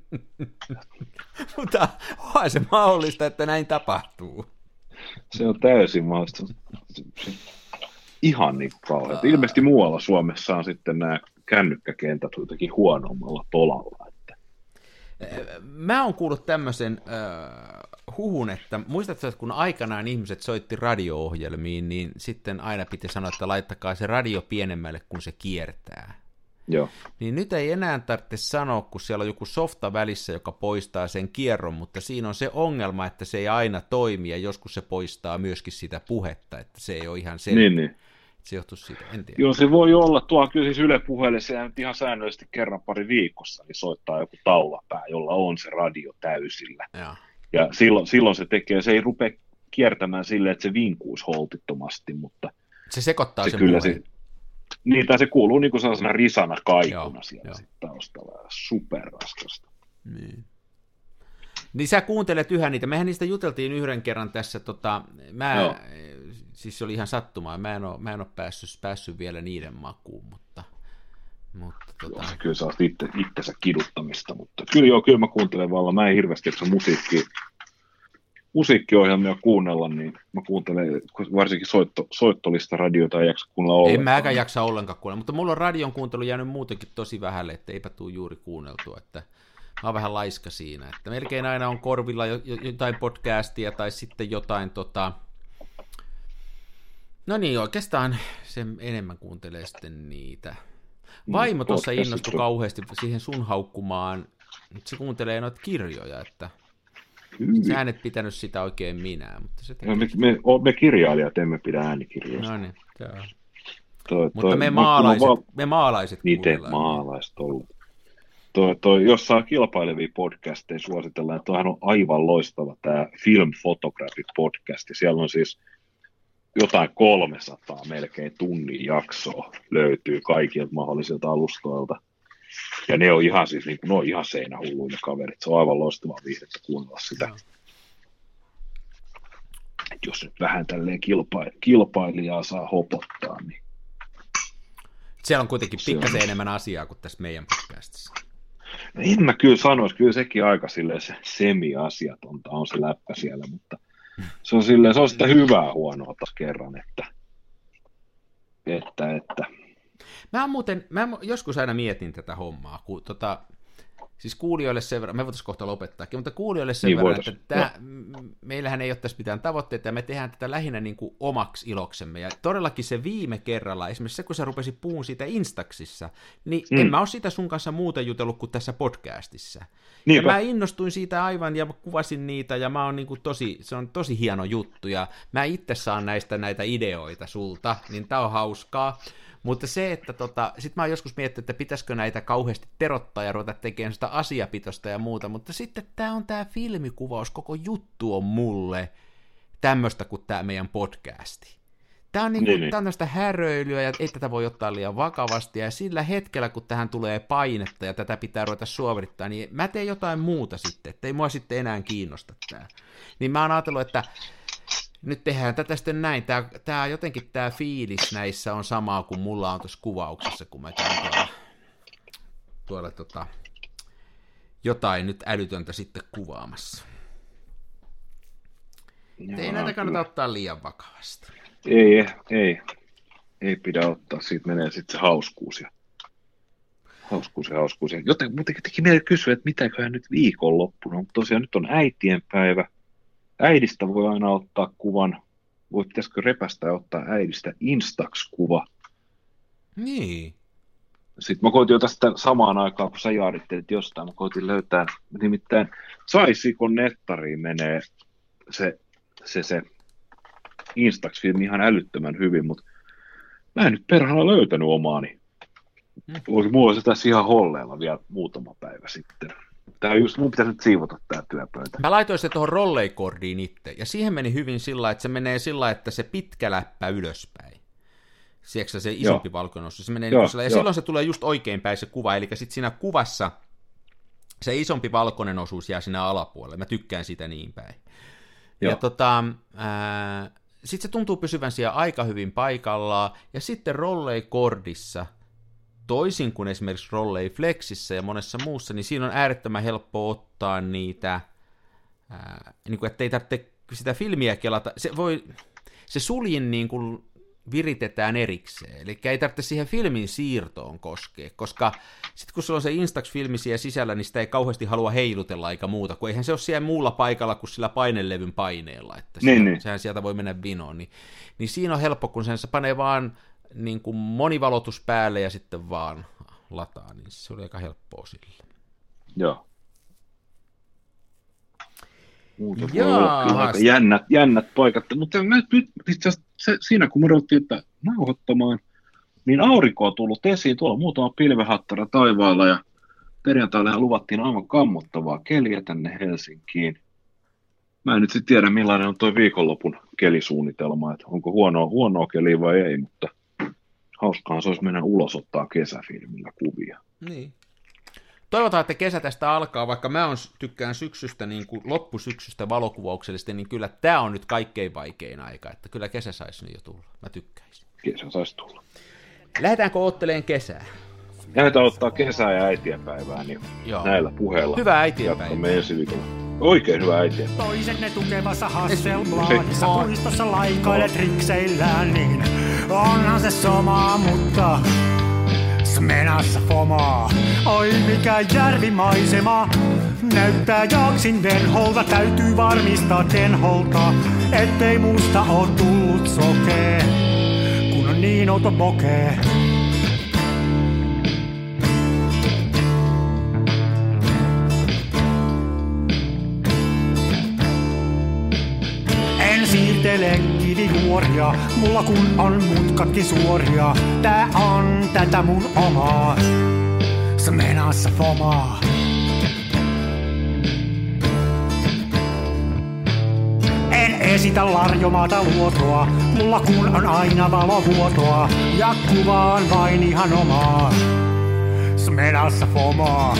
Mutta onhan se mahdollista, että näin tapahtuu. Se on täysin mahdollista. Ihan niin kuin kauheaa. Ilmeisesti muualla Suomessa on sitten nämä kännykkäkentät jotenkin huonommalla tolalla. Että. Mä oon kuullut tämmöisen äh, huhun, että muistatko, että kun aikanaan ihmiset soitti radio-ohjelmiin, niin sitten aina piti sanoa, että laittakaa se radio pienemmälle, kun se kiertää. Joo. Niin nyt ei enää tarvitse sanoa, kun siellä on joku softa välissä, joka poistaa sen kierron, mutta siinä on se ongelma, että se ei aina toimi, ja joskus se poistaa myöskin sitä puhetta, että se ei ole ihan selvä. Niin, niin. Se johtuu siitä, en tiedä. Joo, se voi olla. Tuo kyllä siis Yle Puheelle, se ihan säännöllisesti kerran pari viikossa, niin soittaa joku taulapää, jolla on se radio täysillä. Ja, ja silloin, silloin se tekee, se ei rupea kiertämään silleen, että se vinkuisi holtittomasti, mutta se sekoittaa se sen kyllä puheen. Se, niin, tai se kuuluu niin kuin sellaisena risana kaikuna joo, siellä joo. Sit taustalla. Superraskasta. Niin. Niin sä kuuntelet yhä niitä. Mehän niistä juteltiin yhden kerran tässä. Tota, mä, Joo. siis se oli ihan sattumaa. Mä en ole, mä en ole päässyt, päässyt vielä niiden makuun, mutta... mutta tota... joo, kyllä se on itse, itsensä kiduttamista, mutta kyllä joo, kyllä mä kuuntelen vallan. Mä en hirveästi, että se musiikki, musiikkiohjelmia kuunnella, niin mä kuuntelen varsinkin soitto, soittolista radioita, ei jaksa kuunnella ollenkaan. En mäkään jaksa ollenkaan kuunnella, mutta mulla on radion kuuntelu jäänyt muutenkin tosi vähälle, että eipä tule juuri kuunneltua, että mä oon vähän laiska siinä, että melkein aina on korvilla jotain podcastia tai sitten jotain tota... No niin, oikeastaan se enemmän kuuntelee sitten niitä. Vaimo tuossa innostui kauheasti siihen sun haukkumaan, mutta se kuuntelee noita kirjoja, että sä et pitänyt sitä oikein minä, mutta se no, me, me, me kirjailijat emme pidä äänikirjoista. No niin, se on. Toi, mutta toi, me maalaiset, val... me maalaiset Niitä maalaiset ollut. Toi, toi, jos saa kilpailevia podcasteja suositellaan, että toihan on aivan loistava tämä Film Photography podcast, ja siellä on siis jotain kolmesataa melkein tunnin jaksoa löytyy kaikilta mahdollisilta alustoilta. Ja ne on ihan siis, niin kuin, ne on ihan seinähulluja kaverit. Se on aivan loistavaa viihdettä kuunnella sitä. No. Jos nyt vähän tälleen kilpa- kilpailijaa saa hopottaa, niin... Siellä on kuitenkin pikkasen on... enemmän asiaa kuin tässä meidän podcastissa. No en mä kyllä sanoisi, kyllä sekin aika silleen se semi-asiatonta on se läppä siellä, mutta se on silleen, se on sitä hyvää huonoa taas kerran, että... että, että... Mä muuten, mä joskus aina mietin tätä hommaa, kun tota, siis kuulijoille sen verran, me voitaisiin kohta lopettaakin, mutta kuulijoille sen niin verran, voitais. että tää, meillähän ei ole tässä mitään tavoitteita, ja me tehdään tätä lähinnä niin kuin omaksi iloksemme, ja todellakin se viime kerralla, esimerkiksi se, kun sä rupesit puhun siitä Instaxissa, niin mm. en mä ole siitä sun kanssa muuten jutellut kuin tässä podcastissa. Niinpä. Ja mä innostuin siitä aivan, ja kuvasin niitä, ja mä oon niin kuin tosi, se on tosi hieno juttu, ja mä itse saan näistä näitä ideoita sulta, niin tää on hauskaa. Mutta se, että tota, sit mä oon joskus miettinyt, että pitäisikö näitä kauheasti terottaa ja ruveta tekemään sitä asiapitosta ja muuta, mutta sitten tää on tää filmikuvaus, koko juttu on mulle tämmöistä kuin tää meidän podcasti. Tää on, niinku, niin, tää on tämmöistä häröilyä ja ei tätä voi ottaa liian vakavasti ja sillä hetkellä, kun tähän tulee painetta ja tätä pitää ruveta suorittaa, niin mä teen jotain muuta sitten, että ei mua sitten enää kiinnosta tää. Niin mä oon ajatellut, että nyt tehdään tätä sitten näin. Tää, tää jotenkin tämä fiilis näissä on samaa kuin mulla on tuossa kuvauksessa, kun mä käyn tuolla, tuolla tota, jotain nyt älytöntä sitten kuvaamassa. Jaa, ei näitä kannata kyllä ottaa liian vakavasti. Ei, ei, ei pidä ottaa. Siitä menee sitten se hauskuus ja Hauskuusia, hauskuusia. Joten muutenkin teki mieli kysyä, että mitäköhän nyt viikonloppuna, mutta tosiaan nyt on äitienpäivä. Äidistä voi aina ottaa kuvan. Voi pitäisikö repästä ja ottaa äidistä Instax-kuva. Niin. Sitten mä koitin jo tästä samaan aikaan, kun sä jaarittelit jostain, mä koitin löytää, nimittäin Saisikon nettariin menee se, se, se Instax-filmi ihan älyttömän hyvin, mutta mä en nyt perhana löytänyt omaani. Mm. Mulla olisi tässä ihan holleilla vielä muutama päivä sitten. Tää just, mun pitäisi nyt siivota tää työpöytä. Mä laitoin se tuohon rolleikordiin itse, ja siihen meni hyvin sillä, että se menee sillä, että se pitkä läppä ylöspäin. Sieksä se isompi Joo. valkoinen osuus. Se menee Joo, niin sillä, ja jo. silloin se tulee just oikein päin se kuva, eli sitten siinä kuvassa se isompi valkoinen osuus jää sinne alapuolelle. Mä tykkään sitä niin päin. Joo. Ja tota, sitten se tuntuu pysyvän siellä aika hyvin paikallaan, ja sitten rolleikordissa, toisin kuin esimerkiksi Rollei Flexissä ja monessa muussa, niin siinä on äärettömän helppo ottaa niitä, ää, niin kuin, ettei tarvitse sitä filmiä kelata. Se, voi, se suljin niin kuin viritetään erikseen, eli ei tarvitse siihen filmin siirtoon koskea, koska sitten kun sulla on se Instax-filmi siellä sisällä, niin sitä ei kauheasti halua heilutella eikä muuta, kun eihän se ole siellä muulla paikalla kuin sillä painelevyn paineella, että niin, sehän, niin. sehän sieltä voi mennä vinoon, niin, niin siinä on helppo, kun sen se panee vaan niin kuin monivalotus päälle ja sitten vaan lataa, niin se oli aika helppoa sillä. Joo. Muuta voi Jaa, olla kyllä aika jännät, jännät paikat, mutta mä nyt itse asiassa se, siinä kun me ruvettiin että nauhoittamaan, niin aurinko on tullut esiin, tuolla muutama pilvehattara taivaalla ja perjantaillehan luvattiin aivan kammottavaa keliä tänne Helsinkiin. Mä en nyt sitten tiedä millainen on toi viikonlopun kelisuunnitelma, että onko huonoa, huonoa keliä vai ei, mutta hauskahan se olisi mennä ulos ottaa kesäfilmillä kuvia. Niin. Toivotaan, että kesä tästä alkaa, vaikka mä on, tykkään syksystä, niin kuin loppusyksystä valokuvauksellisesti, niin kyllä tämä on nyt kaikkein vaikein aika, että kyllä kesä saisi nyt jo tulla. Mä tykkäisin. Kesä saisi tulla. Lähdetäänkö ootteleen kesää? Lähdetään ottaa kesää ja äitienpäivää, niin Joo. näillä puheilla. Hyvää äitienpäivää. Jatkamme ensi viikolla. Oikein hyvää äitienpäivää. Toisenne tukevassa Hasselbladissa puistossa laikailet rikseillään, niin onhan se sama, mutta Smenassa fomaa. Oi mikä järvimaisema, näyttää jaksin venholta, täytyy varmistaa tenholta, ettei musta oo tullut sokee, kun on niin outo bokee. En siirtele kivijuoria, mulla kun on mutkatkin suoria. Tää on tätä mun omaa, Smenassa fomaa. En esitä larjomaata luotoa, mulla kun on aina valovuotoa. Ja kuvaan vain ihan omaa, Smenassa fomaa.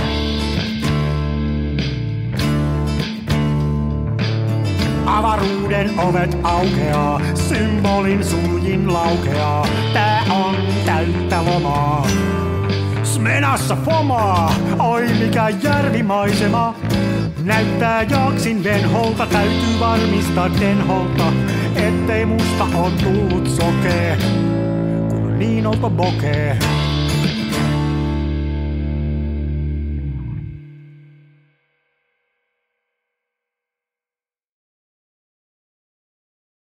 Avaruuden ovet aukeaa, symbolin suljin laukeaa. Tää on täyttä lomaa, Smenassa fomaa. Oi mikä järvimaisema, näyttää jaksin venholta, täytyy varmistaa tenholta, ettei musta on tullut sokee, kun on niin outo bokee.